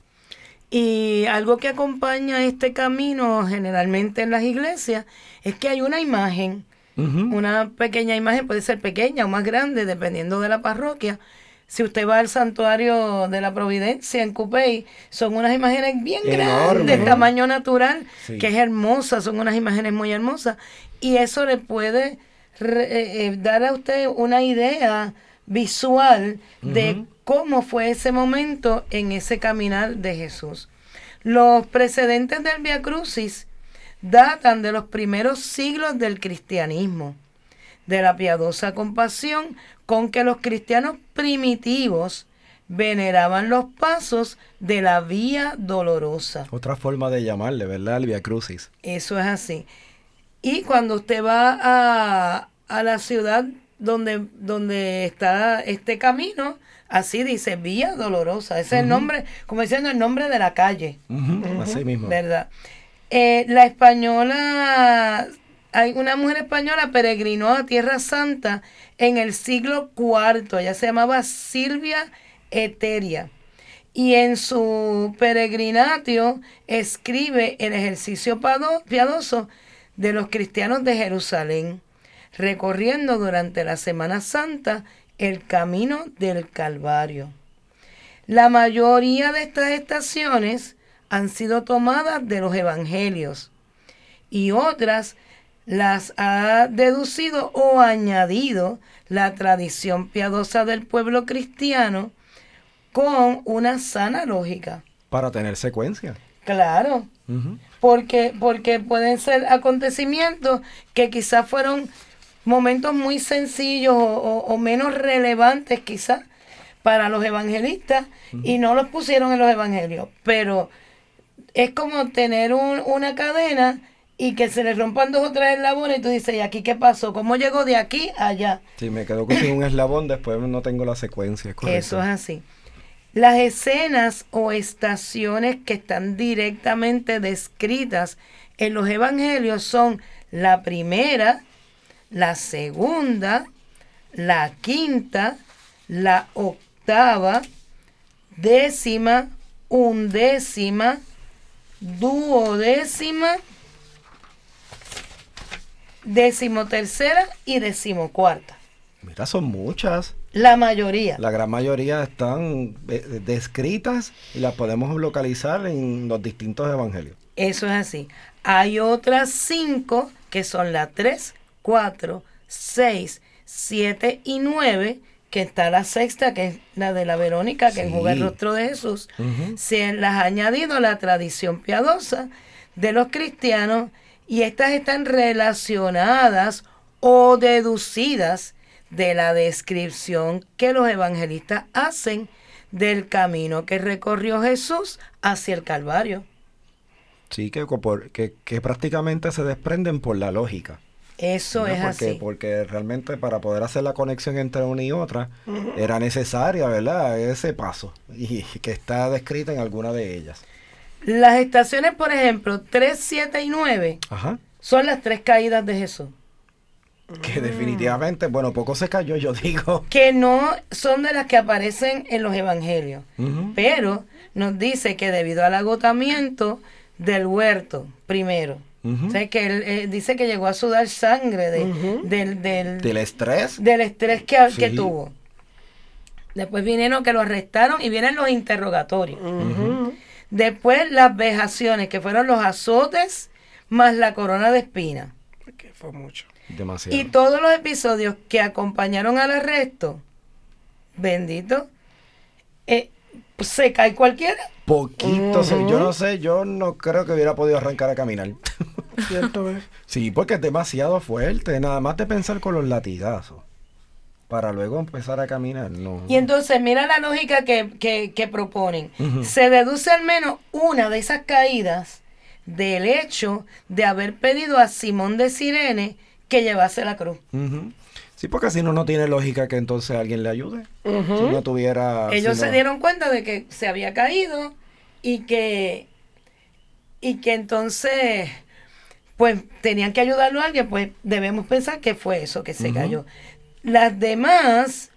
Y algo que acompaña este camino generalmente en las iglesias es que hay una imagen, uh-huh. una pequeña imagen, puede ser pequeña o más grande dependiendo de la parroquia. Si usted va al santuario de la Providencia en Cupey, son unas imágenes bien enorme, grandes, tamaño natural, sí. que es hermosa, son unas imágenes muy hermosas. Y eso le puede re, eh, dar a usted una idea visual de uh-huh. cómo fue ese momento en ese caminar de Jesús. Los precedentes del Vía Crucis datan de los primeros siglos del cristianismo, de la piadosa compasión con que los cristianos primitivos veneraban los pasos de la Vía Dolorosa. Otra forma de llamarle, ¿verdad?, el Vía Crucis. Eso es así. Y cuando usted va a, a la ciudad donde, donde está este camino, así dice, Vía Dolorosa. Ese uh-huh. es el nombre, como diciendo el nombre de la calle. Uh-huh. Uh-huh. Así mismo. ¿Verdad? Eh, la española, hay una mujer española peregrinó a Tierra Santa en el siglo cuarto. Ella se llamaba Silvia Eteria. Y en su peregrinatio escribe el ejercicio piadoso de los cristianos de Jerusalén, recorriendo durante la Semana Santa el camino del Calvario. La mayoría de estas estaciones han sido tomadas de los evangelios y otras las ha deducido o añadido la tradición piadosa del pueblo cristiano con una sana lógica. Para tener secuencia. Claro, Ujú. porque, porque pueden ser acontecimientos que quizás fueron momentos muy sencillos o, o- o menos relevantes quizás para los evangelistas y no los pusieron en los evangelios, pero es como tener un- una cadena y que se le rompan dos o tres eslabones y tú dices, ¿y aquí qué pasó? ¿Cómo llegó de aquí a allá? Si me quedo sin un eslabón, después no tengo la secuencia, es correcto. Eso es así. Las escenas o estaciones que están directamente descritas en los evangelios son la primera, la segunda, la quinta, la octava, décima, undécima, duodécima, decimotercera y decimocuarta. Mira, son muchas. La mayoría. La gran mayoría están eh, descritas y las podemos localizar en los distintos evangelios. Eso es así. Hay otras cinco que son la tres, cuatro, seis, siete y nueve, que está la sexta, que es la de la Verónica, que Sí. enjuga el rostro de Jesús. Ujú. Se las ha añadido a la tradición piadosa de los cristianos y estas están relacionadas o deducidas de la descripción que los evangelistas hacen del camino que recorrió Jesús hacia el Calvario. Sí, que, por- que, que prácticamente se desprenden por la lógica. Eso ¿no? es porque, así. porque realmente para poder hacer la conexión entre una y otra era necesaria, ¿verdad? Ese paso y que está descrita en alguna de ellas. Las estaciones, por ejemplo, tres, siete y nueve, Ajá. son las tres caídas de Jesús. Que definitivamente, bueno, poco se cayó, yo digo. Que no son de las que aparecen en los evangelios. Ujú. Pero nos dice que debido al agotamiento del huerto, primero, Ujú. o sea, que él eh, dice que llegó a sudar sangre de- Ujú. del, del, Del estrés. del estrés que, que Sí. tuvo. Después vinieron que lo arrestaron y vienen los interrogatorios. Ujú. Después las vejaciones, que fueron los azotes más la corona de espinas. Que fue mucho. Demasiado. Y todos los episodios que acompañaron al arresto, bendito, eh, pues, se cae cualquiera. Poquito, se- yo Ujú. no sé, yo no creo que hubiera podido arrancar a caminar. Cierto es. Sí, porque es demasiado fuerte, nada más de pensar con los latigazos. Para luego empezar a caminar, no. Y entonces, mira la lógica que, que, que proponen. Ujú. Se deduce al menos una de esas caídas del hecho de haber pedido a Simón de Cirene que llevase la cruz. Ujú. Sí, porque si no, no tiene lógica que entonces alguien le ayude. Ujú. Si no tuviera... Ellos si se no- dieron cuenta de que se había caído y que, y que entonces, pues, tenían que ayudarlo a alguien, pues debemos pensar que fue eso, que se Ujú. cayó. Las demás,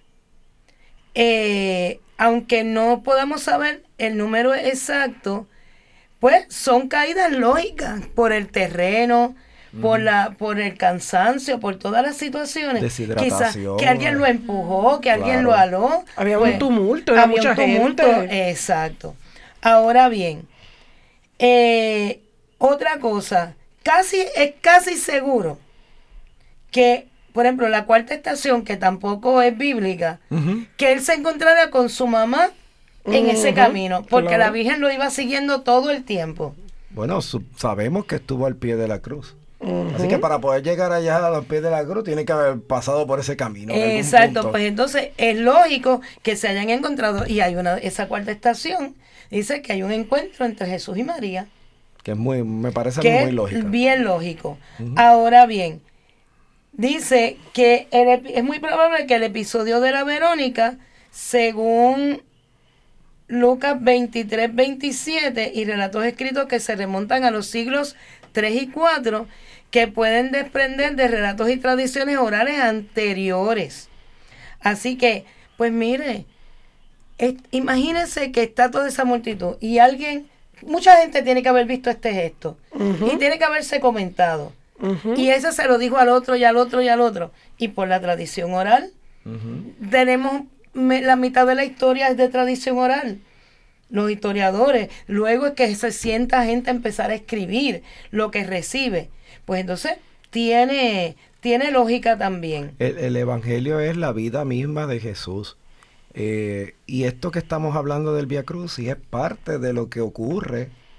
eh, aunque no podamos saber el número exacto, pues son caídas lógicas por el terreno, por la, por el cansancio, por todas las situaciones. Quizás Deshidratación. que alguien lo empujó, que alguien lo Claro. aló. Había pues, un tumulto, era había mucha un tumulto, gente. exacto. Ahora bien, eh, otra cosa, casi es casi seguro que, por ejemplo, la cuarta estación, que tampoco es bíblica, Ujú. que él se encontrara con su mamá en ese Ujú, camino, porque claro. la Virgen lo iba siguiendo todo el tiempo. Bueno, su- sabemos que estuvo al pie de la cruz. Ujú. Así que para poder llegar allá a los pies de la cruz, tiene que haber pasado por ese camino. en algún Exacto, punto. pues entonces es lógico que se hayan encontrado, y hay una, esa cuarta estación, dice que hay un encuentro entre Jesús y María, Que es muy, me parece que muy es lógica. bien lógico. Ujú. Ahora bien, dice que el epi- es muy probable que el episodio de la Verónica, según Lucas veintitrés, veintisiete y relatos escritos que se remontan a los siglos tres y cuatro, que pueden desprender de relatos y tradiciones orales anteriores. Así que, pues mire, es- imagínense que está toda esa multitud y alguien, mucha gente tiene que haber visto este gesto Ujú. y tiene que haberse comentado. Ujú. Y ese se lo dijo al otro y al otro y al otro. Y por la tradición oral, Ujú. tenemos me- la mitad de la historia es de tradición oral. Los historiadores, luego es que se sienta gente a empezar a escribir lo que recibe. Pues entonces tiene, tiene lógica también. El, el evangelio es la vida misma de Jesús. Eh, y esto que estamos hablando del Vía Crucis es parte de lo que ocurre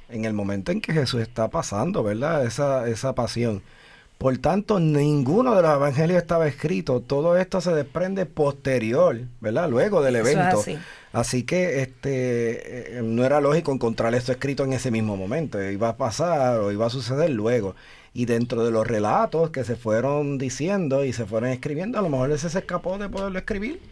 en el momento en que Jesús está pasando, ¿verdad? Esa, esa pasión. Por tanto, ninguno de los evangelios estaba escrito. Todo esto se desprende posterior, ¿verdad? Luego del evento. Eso es así. Así que este eh, no era lógico encontrar esto escrito en ese mismo momento. Iba a pasar o iba a suceder luego. Y dentro de los relatos que se fueron diciendo y se fueron escribiendo, a lo mejor ese se escapó de poderlo escribir.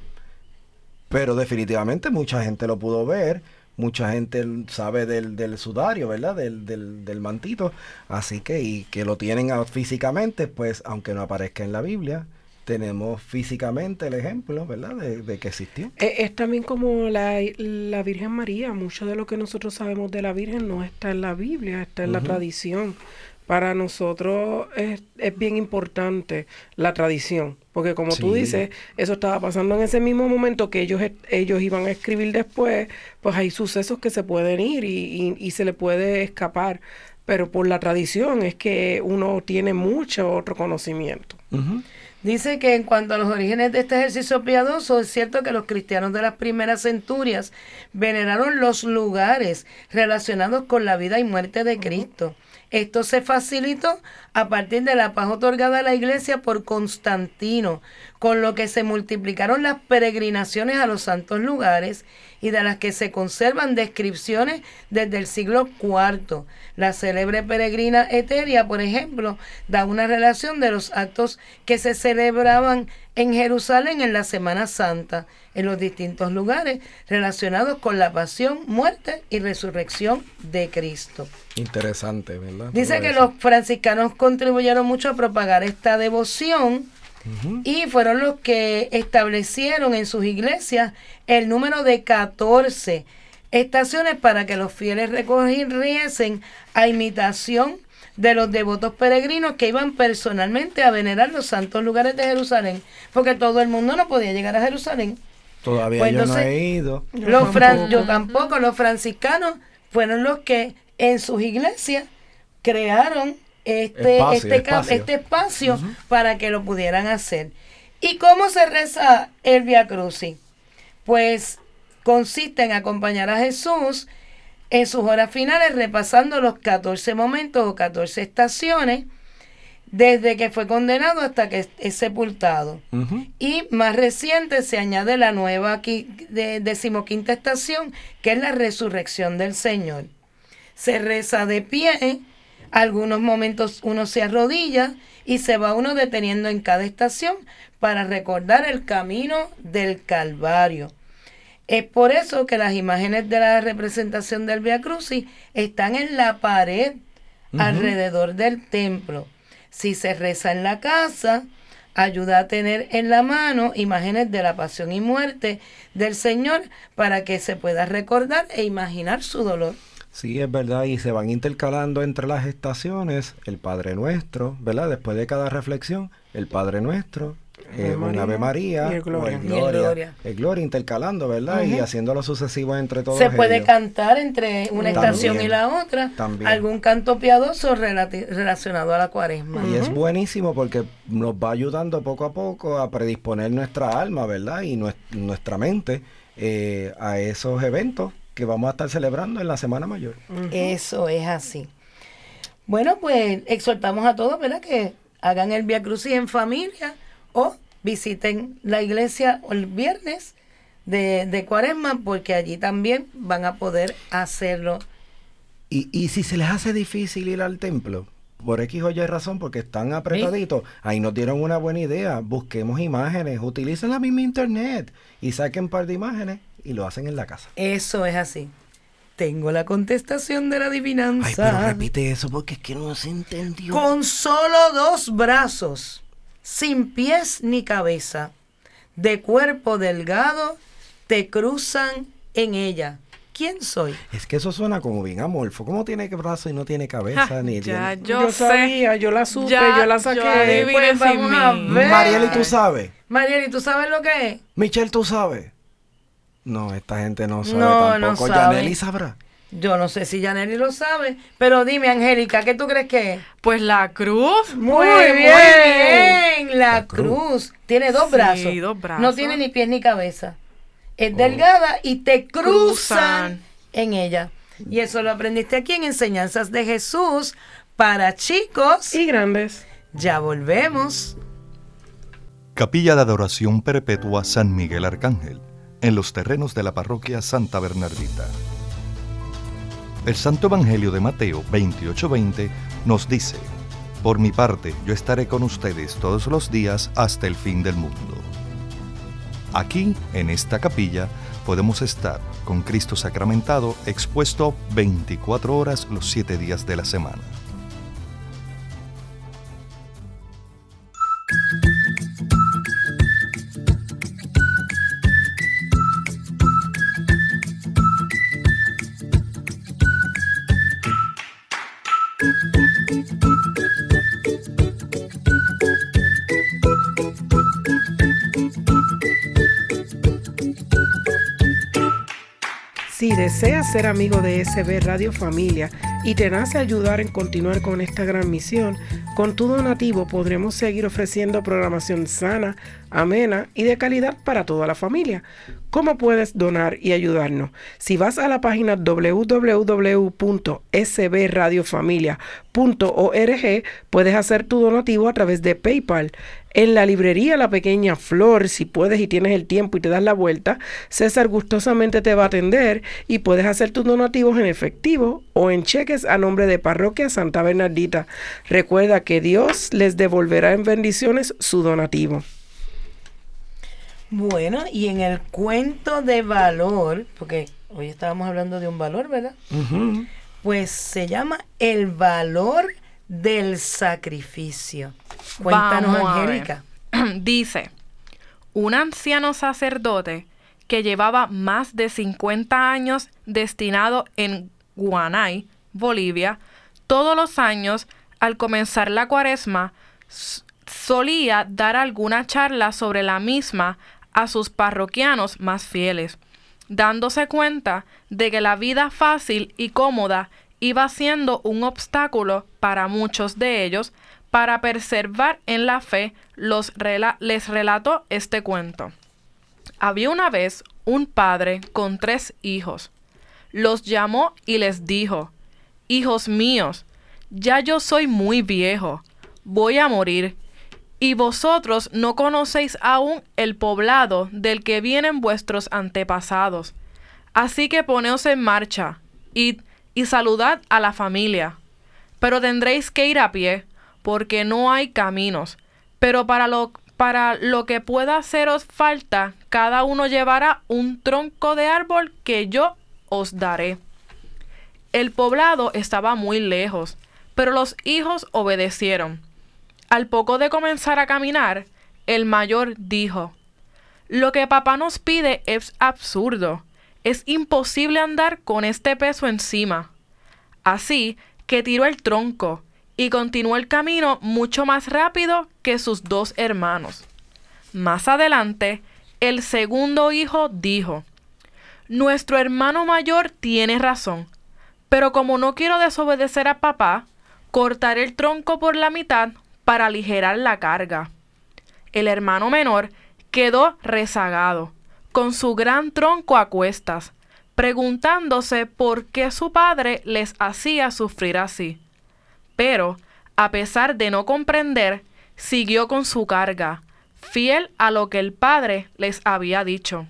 Pero definitivamente mucha gente lo pudo ver. Mucha gente sabe del, del sudario, ¿verdad? Del, del, del mantito. Así que, y que lo tienen físicamente, pues, aunque no aparezca en la Biblia, tenemos físicamente el ejemplo, ¿verdad? De, de que existió. Es, es también como la, la Virgen María. Mucho de lo que nosotros sabemos de la Virgen no está en la Biblia, está en uh-huh. la tradición. Para nosotros es, es bien importante la tradición, porque como sí. tú dices, eso estaba pasando en ese mismo momento que ellos ellos iban a escribir después, pues hay sucesos que se pueden ir y, y, y se le puede escapar, pero por la tradición es que uno tiene mucho otro conocimiento. Uh-huh. Dice que en cuanto a los orígenes de este ejercicio piadoso, es cierto que los cristianos de las primeras centurias veneraron los lugares relacionados con la vida y muerte de Cristo. Esto se facilitó a partir de la paz otorgada a la iglesia por Constantino, con lo que se multiplicaron las peregrinaciones a los santos lugares y de las que se conservan descripciones desde el siglo cuarto. La célebre peregrina Eteria, por ejemplo, da una relación de los actos que se celebraban en Jerusalén en la Semana Santa, en los distintos lugares relacionados con la pasión, muerte y resurrección de Cristo. Interesante, ¿verdad? Dice que los franciscanos contribuyeron mucho a propagar esta devoción uh-huh. y fueron los que establecieron en sus iglesias el número de catorce estaciones para que los fieles recorriesen a imitación de los devotos peregrinos que iban personalmente a venerar los santos lugares de Jerusalén, porque todo el mundo no podía llegar a Jerusalén. Todavía pues yo entonces, no he ido. Los fran- yo tampoco. Los franciscanos fueron los que en sus iglesias crearon este espacio, este, espacio. este espacio uh-huh. para que lo pudieran hacer. ¿Y cómo se reza el Vía Crucis? Pues consiste en acompañar a Jesús en sus horas finales repasando los catorce momentos o catorce estaciones desde que fue condenado hasta que es sepultado. Uh-huh. Y más reciente se añade la nueva de, decimoquinta estación, que es la resurrección del Señor. Se reza de pie, algunos momentos uno se arrodilla y se va uno deteniendo en cada estación para recordar el camino del Calvario. Es por eso que las imágenes de la representación del Vía Crucis están en la pared uh-huh. alrededor del templo. Si se reza en la casa, ayuda a tener en la mano imágenes de la pasión y muerte del Señor para que se pueda recordar e imaginar su dolor. Sí, es verdad, y se van intercalando entre las estaciones el Padre Nuestro, ¿verdad? Después de cada reflexión, el Padre Nuestro, eh, un Ave María, y el Gloria. el Gloria, y el Gloria. El Gloria intercalando, ¿verdad? Uh-huh. Y haciéndolo sucesivo entre todos Se ellos. puede cantar entre una También, estación y la otra, también. algún canto piadoso relati- relacionado a la Cuaresma. Y uh-huh. es buenísimo porque nos va ayudando poco a poco a predisponer nuestra alma, ¿verdad? Y nues- nuestra mente eh, a esos eventos que vamos a estar celebrando en la Semana Mayor. Uh-huh. Eso es así. Bueno, pues exhortamos a todos, ¿verdad?, que hagan el Vía Crucis en familia o visiten la iglesia el viernes de, de Cuaresma, porque allí también van a poder hacerlo. Y, y si se les hace difícil ir al templo, por X o Y razón, porque están apretaditos, ¿sí? Ahí nos dieron una buena idea. Busquemos imágenes, utilicen la misma internet y saquen un par de imágenes y lo hacen en la casa. Eso es así. Tengo la contestación de la adivinanza. Ay, pero repite eso porque es que no se entendió. Con solo dos brazos, sin pies ni cabeza, de cuerpo delgado, te cruzan en ella. ¿Quién soy? Es que eso suena como bien amorfo. ¿Cómo tiene brazo y no tiene cabeza? Ja, ni ya, tiene... yo, yo sé. sabía, yo la supe, Ya, yo la saqué. yo adiviné Pues sin vamos a mí. ver. Mariel, ¿y tú sabes? Mariel, ¿y tú sabes lo que es? Michelle, ¿tú sabes? No, esta gente no sabe No, tampoco. no sabe. Yaneli sabrá. Yo no sé si Yaneli lo sabe, pero dime, Angélica, ¿qué tú crees que es? Pues la cruz. Muy Pues, bien, muy bien. la, La cruz. cruz. Tiene dos Sí, brazos. dos brazos. No tiene ni pies ni cabeza. Es Oh. delgada y te cruzan, Cruzan. en ella. Y eso lo aprendiste aquí en Enseñanzas de Jesús para chicos y grandes. Ya volvemos. Capilla de Adoración Perpetua San Miguel Arcángel, en los terrenos de la parroquia Santa Bernardita. El Santo Evangelio de Mateo veintiocho veinte nos dice: por mi parte, yo estaré con ustedes todos los días hasta el fin del mundo. Aquí, en esta capilla, podemos estar con Cristo sacramentado expuesto veinticuatro horas los siete días de la semana. Si deseas ser amigo de S B Radio Familia y te nace ayudar en continuar con esta gran misión, con tu donativo podremos seguir ofreciendo programación sana, amena y de calidad para toda la familia. ¿Cómo puedes donar y ayudarnos? Si vas a la página doble u doble u doble u punto s b radio familia punto org, puedes hacer tu donativo a través de PayPal. En la librería La Pequeña Flor, si puedes y tienes el tiempo y te das la vuelta, César gustosamente te va a atender y puedes hacer tus donativos en efectivo o en cheques a nombre de Parroquia Santa Bernardita. Recuerda que Dios les devolverá en bendiciones su donativo. Bueno, y en el cuento de valor, porque hoy estábamos hablando de un valor, ¿verdad? Uh-huh. Pues se llama el valor del sacrificio. Cuéntanos, Vamos a Angélica. ver. Dice, un anciano sacerdote que llevaba más de cincuenta años destinado en Guanay, Bolivia, todos los años, al comenzar la cuaresma, solía dar alguna charla sobre la misma a sus parroquianos más fieles, dándose cuenta de que la vida fácil y cómoda iba siendo un obstáculo para muchos de ellos. Para perseverar en la fe, los rela- les relató este cuento. Había una vez un padre con tres hijos. Los llamó y les dijo: hijos míos, ya yo soy muy viejo, voy a morir, y vosotros no conocéis aún el poblado del que vienen vuestros antepasados. Así que poneos en marcha, id y saludad a la familia. Pero tendréis que ir a pie, porque no hay caminos. Pero para lo, para lo que pueda haceros falta, cada uno llevará un tronco de árbol que yo os daré. El poblado estaba muy lejos, pero los hijos obedecieron. Al poco de comenzar a caminar, el mayor dijo: lo que papá nos pide es absurdo. Es imposible andar con este peso encima. Así que tiró el tronco y continuó el camino mucho más rápido que sus dos hermanos. Más adelante, el segundo hijo dijo: nuestro hermano mayor tiene razón, pero como no quiero desobedecer a papá, cortaré el tronco por la mitad para aligerar la carga. El hermano menor quedó rezagado, con su gran tronco a cuestas, preguntándose por qué su padre les hacía sufrir así. Pero, a pesar de no comprender, siguió con su carga, fiel a lo que el padre les había dicho.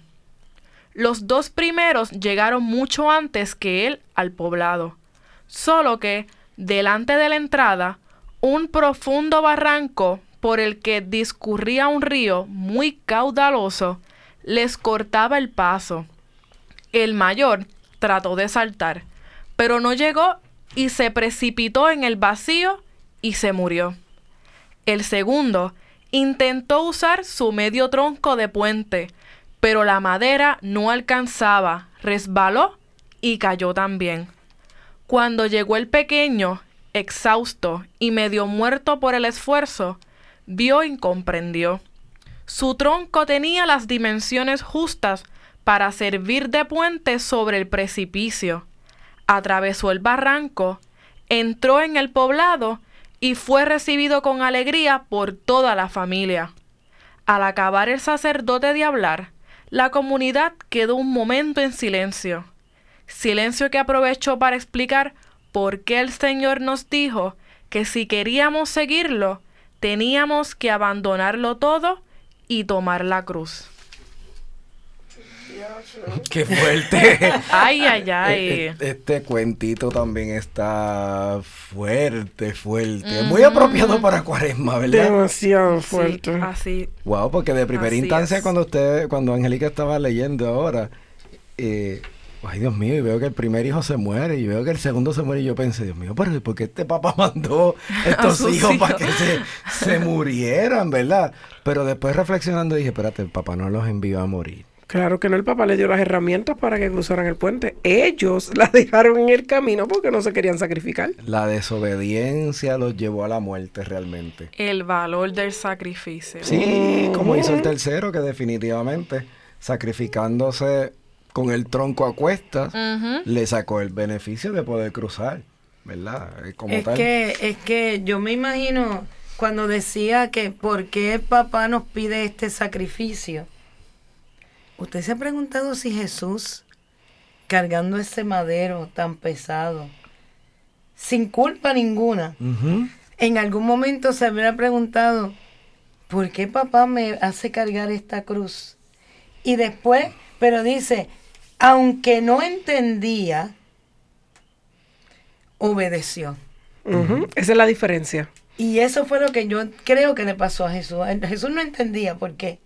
Los dos primeros llegaron mucho antes que él al poblado, solo que, delante de la entrada, un profundo barranco por el que discurría un río muy caudaloso les cortaba el paso. El mayor trató de saltar, pero no llegó y se precipitó en el vacío y se murió. El segundo intentó usar su medio tronco de puente, pero la madera no alcanzaba, resbaló y cayó también. Cuando llegó el pequeño, exhausto y medio muerto por el esfuerzo, vio y comprendió. Su tronco tenía las dimensiones justas para servir de puente sobre el precipicio. Atravesó el barranco, entró en el poblado y fue recibido con alegría por toda la familia. Al acabar el sacerdote de hablar, la comunidad quedó un momento en silencio. Silencio que aprovechó para explicar por qué el Señor nos dijo que si queríamos seguirlo, teníamos que abandonarlo todo y tomar la cruz. ¡Qué fuerte! Ay, ay, ay. Este, este cuentito también está fuerte, fuerte. Mm. Muy apropiado para Cuaresma, ¿verdad? Demasiado fuerte. Sí, así. Wow, porque de primera así instancia, es. cuando usted, cuando Angélica estaba leyendo ahora, eh, ay, Dios mío, y veo que el primer hijo se muere, y veo que el segundo se muere, y yo pensé, Dios mío, pero ¿por qué este papá mandó estos hijos, hijos para que se, se murieran, verdad? Pero después reflexionando dije, espérate, el papá no los envió a morir. Claro que no, el papá le dio las herramientas para que cruzaran el puente. Ellos las dejaron en el camino porque no se querían sacrificar. La desobediencia los llevó a la muerte realmente. El valor del sacrificio. Sí, como hizo el tercero, que definitivamente, sacrificándose con el tronco a cuestas, uh-huh. le sacó el beneficio de poder cruzar, ¿verdad? Como es tal. que, es que yo me imagino cuando decía que ¿por qué el papá nos pide este sacrificio? ¿Usted se ha preguntado si Jesús, cargando ese madero tan pesado, sin culpa ninguna, uh-huh. en algún momento se habrá preguntado, ¿por qué papá me hace cargar esta cruz? Y después, pero dice, aunque no entendía, obedeció. Uh-huh. Esa es la diferencia. Y eso fue lo que yo creo que le pasó a Jesús. Jesús no entendía por qué.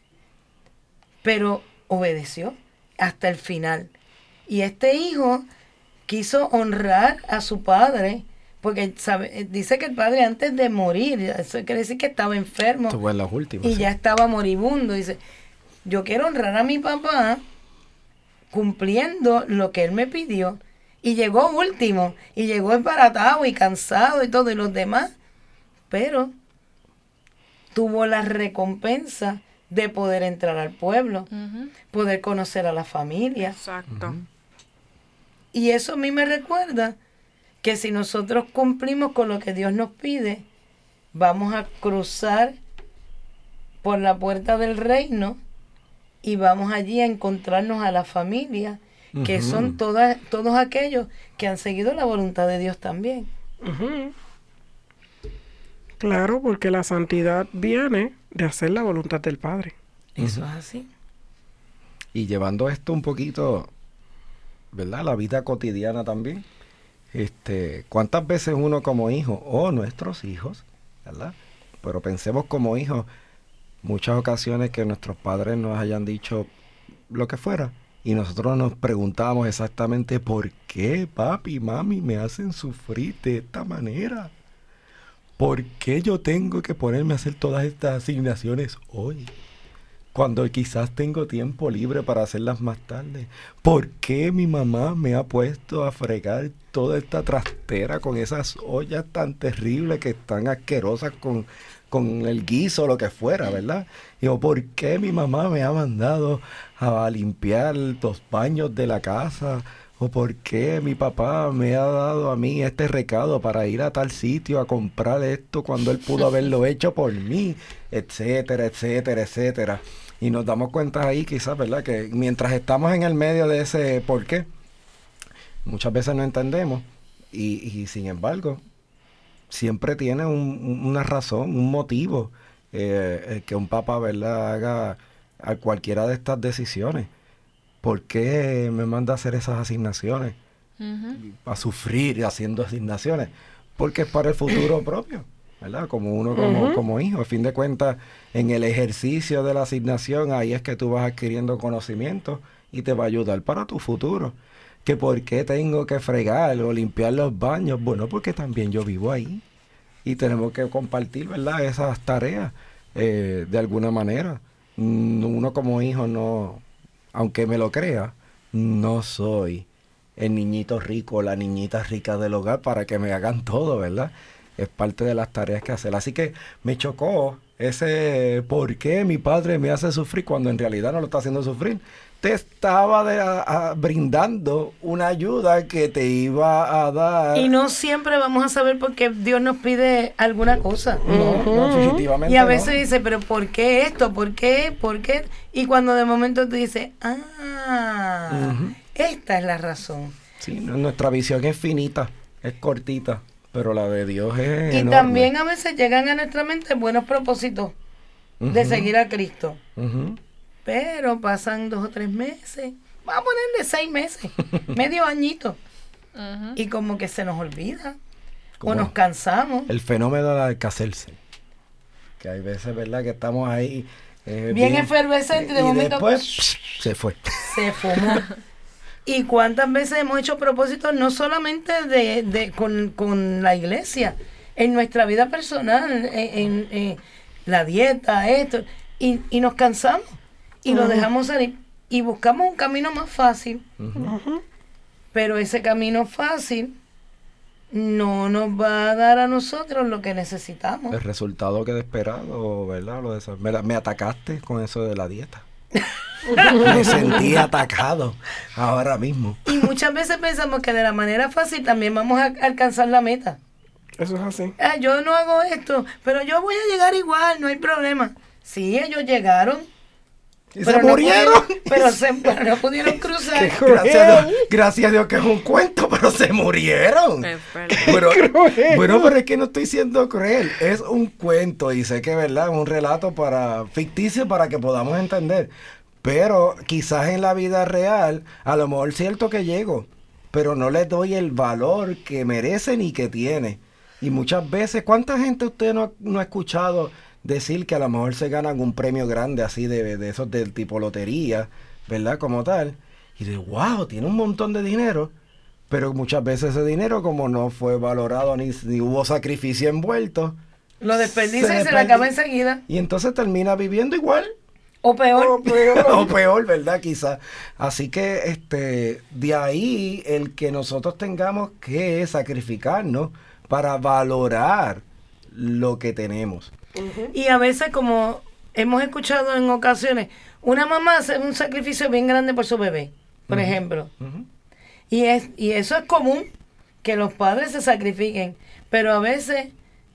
Pero obedeció hasta el final. Y este hijo quiso honrar a su padre, porque sabe, dice que el padre antes de morir, eso quiere decir que estaba enfermo. Esto fue en las últimas, y sí. ya estaba moribundo. Dice, yo quiero honrar a mi papá cumpliendo lo que él me pidió. Y llegó último, y llegó embaratado y cansado y todo, y los demás. Pero tuvo la recompensa de poder entrar al pueblo, uh-huh. poder conocer a la familia. Exacto. Uh-huh. Y eso a mí me recuerda que si nosotros cumplimos con lo que Dios nos pide, vamos a cruzar por la puerta del reino y vamos allí a encontrarnos a la familia, uh-huh. que son todas, todos aquellos que han seguido la voluntad de Dios también. Uh-huh. Claro, porque la santidad viene de hacer la voluntad del Padre. Eso uh-huh. es así. Y llevando esto un poquito, ¿verdad? La vida cotidiana también. Este, ¿cuántas veces uno como hijo, o nuestros hijos, ¿verdad? Pero pensemos como hijos, muchas ocasiones que nuestros padres nos hayan dicho lo que fuera, y nosotros nos preguntábamos exactamente por qué papi y mami me hacen sufrir de esta manera. ¿Por qué yo tengo que ponerme a hacer todas estas asignaciones hoy? Cuando quizás tengo tiempo libre para hacerlas más tarde. ¿Por qué mi mamá me ha puesto a fregar toda esta trastera con esas ollas tan terribles que están asquerosas con, con el guiso o lo que fuera, ¿verdad? Y o ¿por qué mi mamá me ha mandado a limpiar los baños de la casa? ¿O por qué mi papá me ha dado a mí este recado para ir a tal sitio a comprar esto cuando él pudo haberlo hecho por mí? Etcétera, etcétera, etcétera. Y nos damos cuenta ahí quizás, ¿verdad? Que mientras estamos en el medio de ese por qué, muchas veces no entendemos. Y, y sin embargo, siempre tiene un, una razón, un motivo eh, que un papá, ¿verdad?, haga a cualquiera de estas decisiones. ¿Por qué me manda a hacer esas asignaciones? Uh-huh. A sufrir haciendo asignaciones. Porque es para el futuro propio, ¿verdad? Como uno como, uh-huh. como hijo. A fin de cuentas, en el ejercicio de la asignación, ahí es que tú vas adquiriendo conocimiento y te va a ayudar para tu futuro. ¿Que por qué tengo que fregar o limpiar los baños? Bueno, porque también yo vivo ahí. Y tenemos que compartir, ¿verdad?, esas tareas eh, de alguna manera. Uno como hijo no... Aunque me lo crea, no soy el niñito rico o la niñita rica del hogar para que me hagan todo, ¿verdad? Es parte de las tareas que hacer. Así que me chocó ese por qué mi padre me hace sufrir cuando en realidad no lo está haciendo sufrir. Te estaba de, a, a, brindando una ayuda que te iba a dar. Y no siempre vamos a saber por qué Dios nos pide alguna cosa. No, no, definitivamente Y a veces no. dice, pero ¿por qué esto? ¿Por qué? ¿Por qué? Y cuando de momento tú dices, ah, uh-huh. Esta es la razón. Sí, nuestra visión es finita, es cortita, pero la de Dios es Y enorme. también a veces llegan a nuestra mente buenos propósitos de Ujú. seguir a Cristo. Ujú. Pero pasan dos o tres meses, vamos a ponerle seis meses, medio añito, Ujú. y como que se nos olvida, Como o nos cansamos. El fenómeno del alcacelser. Que hay veces, ¿verdad? Que estamos ahí... eh, Bien efervescente, de y momento, después psh, se fue. Se fumó. ¿Y cuántas veces hemos hecho propósitos no solamente de, de con, con la iglesia, en nuestra vida personal, en, en- en la dieta, esto, y, y nos cansamos y lo dejamos salir y buscamos un camino más fácil, pero ese camino fácil no nos va a dar a nosotros lo que necesitamos. El resultado que he esperado, ¿verdad? Lo de eso. Me, la- me atacaste con eso de la dieta. Me sentí atacado ahora mismo. Y muchas veces pensamos que de la manera fácil también vamos a alcanzar la meta. Eso es así. Ah, yo no hago esto, pero yo voy a llegar igual, no hay problema. Sí, ellos llegaron. Y pero se no murieron. pudieron- pero, se, pero no pudieron cruzar. Qué Gracias a, Dios, gracias a Dios que es un cuento, pero se murieron. Es verdad. Pero, cruel. bueno, pero es que no estoy siendo cruel. Es un cuento y sé que, ¿verdad? Es un relato para ficticio para que podamos entender. Pero quizás en la vida real, a lo mejor cierto que llego, pero no les doy el valor que merecen y que tiene. Y muchas veces, ¿cuánta gente usted no, no ha escuchado decir que a lo mejor se ganan un premio grande así de, de esos del tipo lotería, ¿verdad? Como tal. Y de, wow, tiene un montón de dinero. Pero muchas veces ese dinero, como no fue valorado ni, ni hubo sacrificio envuelto, Lo desperdicia Se y se le desperdi- acaba enseguida. y entonces termina viviendo igual. O peor. Oh, peor. O peor, ¿verdad? Quizás. Así que este, de ahí el que nosotros tengamos que sacrificarnos para valorar lo que tenemos. Y a veces, como hemos escuchado en ocasiones, una mamá hace un sacrificio bien grande por su bebé, por ejemplo. Ujú. Y, es, y eso es común, que los padres se sacrifiquen. Pero a veces,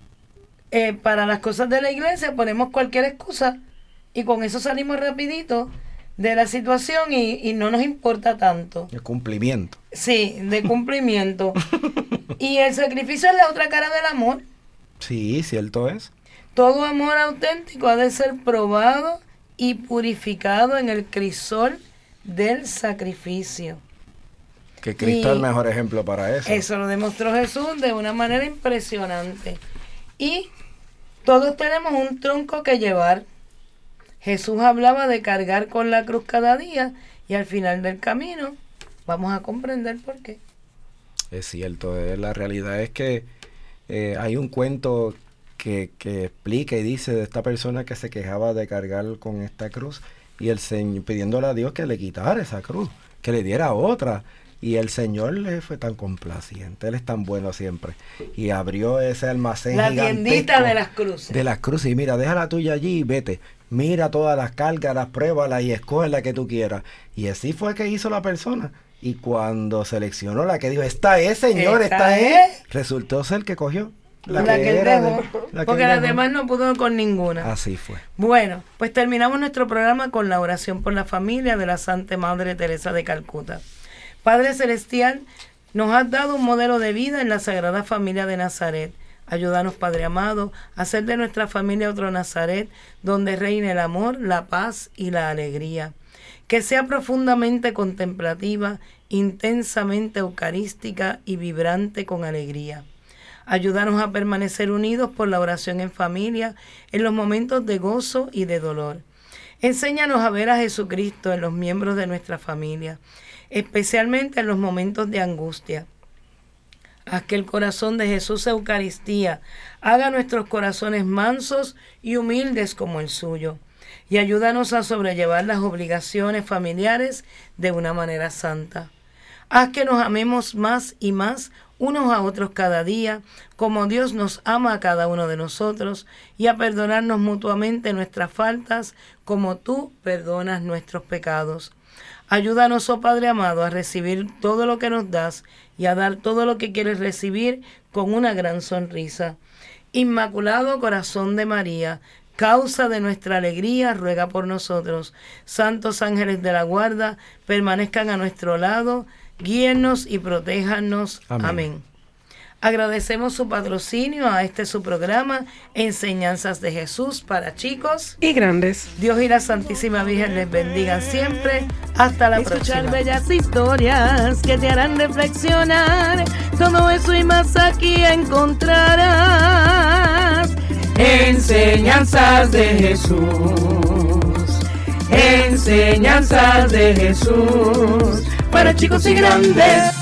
eh, para las cosas de la iglesia, ponemos cualquier excusa y con eso salimos rapidito de la situación y, y no nos importa tanto. El cumplimiento. Sí, de cumplimiento. Y el sacrificio es la otra cara del amor. Sí, cierto es. Todo amor auténtico ha de ser probado y purificado en el crisol del sacrificio. Que Cristo Y es el mejor ejemplo para eso. Eso lo demostró Jesús de una manera impresionante. Y todos tenemos un tronco que llevar. Jesús hablaba de cargar con la cruz cada día y al final del camino vamos a comprender por qué. Es cierto, eh, la realidad es que eh, hay un cuento que, que explica y dice de esta persona que se quejaba de cargar con esta cruz y el Señor pidiéndole a Dios que le quitara esa cruz, que le diera otra. Y el Señor le fue tan complaciente, Él es tan bueno siempre. Y abrió ese almacén La gigantesco tiendita de las cruces. de las cruces. Y mira, deja la tuya allí y vete. Mira todas las cargas, las pruebas y escoge la que tú quieras. Y así fue que hizo la persona. Y cuando seleccionó la que dijo, esta es, Señor, Esta esta, es, es. resultó ser que cogió. La, que él era dejó, de- la que porque él las dejó. demás no pudo con ninguna. Así fue. Bueno, pues terminamos nuestro programa con la oración por la familia de la Santa Madre Teresa de Calcuta. Padre Celestial, nos has dado un modelo de vida en la Sagrada Familia de Nazaret. Ayúdanos, Padre amado, a hacer de nuestra familia otro Nazaret, donde reine el amor, la paz y la alegría. Que sea profundamente contemplativa, intensamente eucarística y vibrante con alegría. Ayúdanos a permanecer unidos por la oración en familia, en los momentos de gozo y de dolor. Enséñanos a ver a Jesucristo en los miembros de nuestra familia, especialmente en los momentos de angustia. Haz que el corazón de Jesús Eucaristía haga nuestros corazones mansos y humildes como el suyo. Y ayúdanos a sobrellevar las obligaciones familiares de una manera santa. Haz que nos amemos más y más unos a otros cada día, como Dios nos ama a cada uno de nosotros, y a perdonarnos mutuamente nuestras faltas, como tú perdonas nuestros pecados. Ayúdanos, oh Padre amado, a recibir todo lo que nos das y a dar todo lo que quieres recibir con una gran sonrisa. Inmaculado Corazón de María, causa de nuesra alegría, ruega por nosotros. Santos ángeles de la guarda, permanezcan a nuestro lado, guíennos y protéjanos. Amén. Amén. Agradecemos su patrocinio a este su programa, Enseñanzas de Jesús para chicos y grandes. Dios y la Santísima Virgen les bendigan siempre. Hasta la Escuchar próxima. bellas historias que te harán reflexionar. Todo eso y más aquí encontrarás. Enseñanzas de Jesús. Enseñanzas de Jesús para chicos y grandes.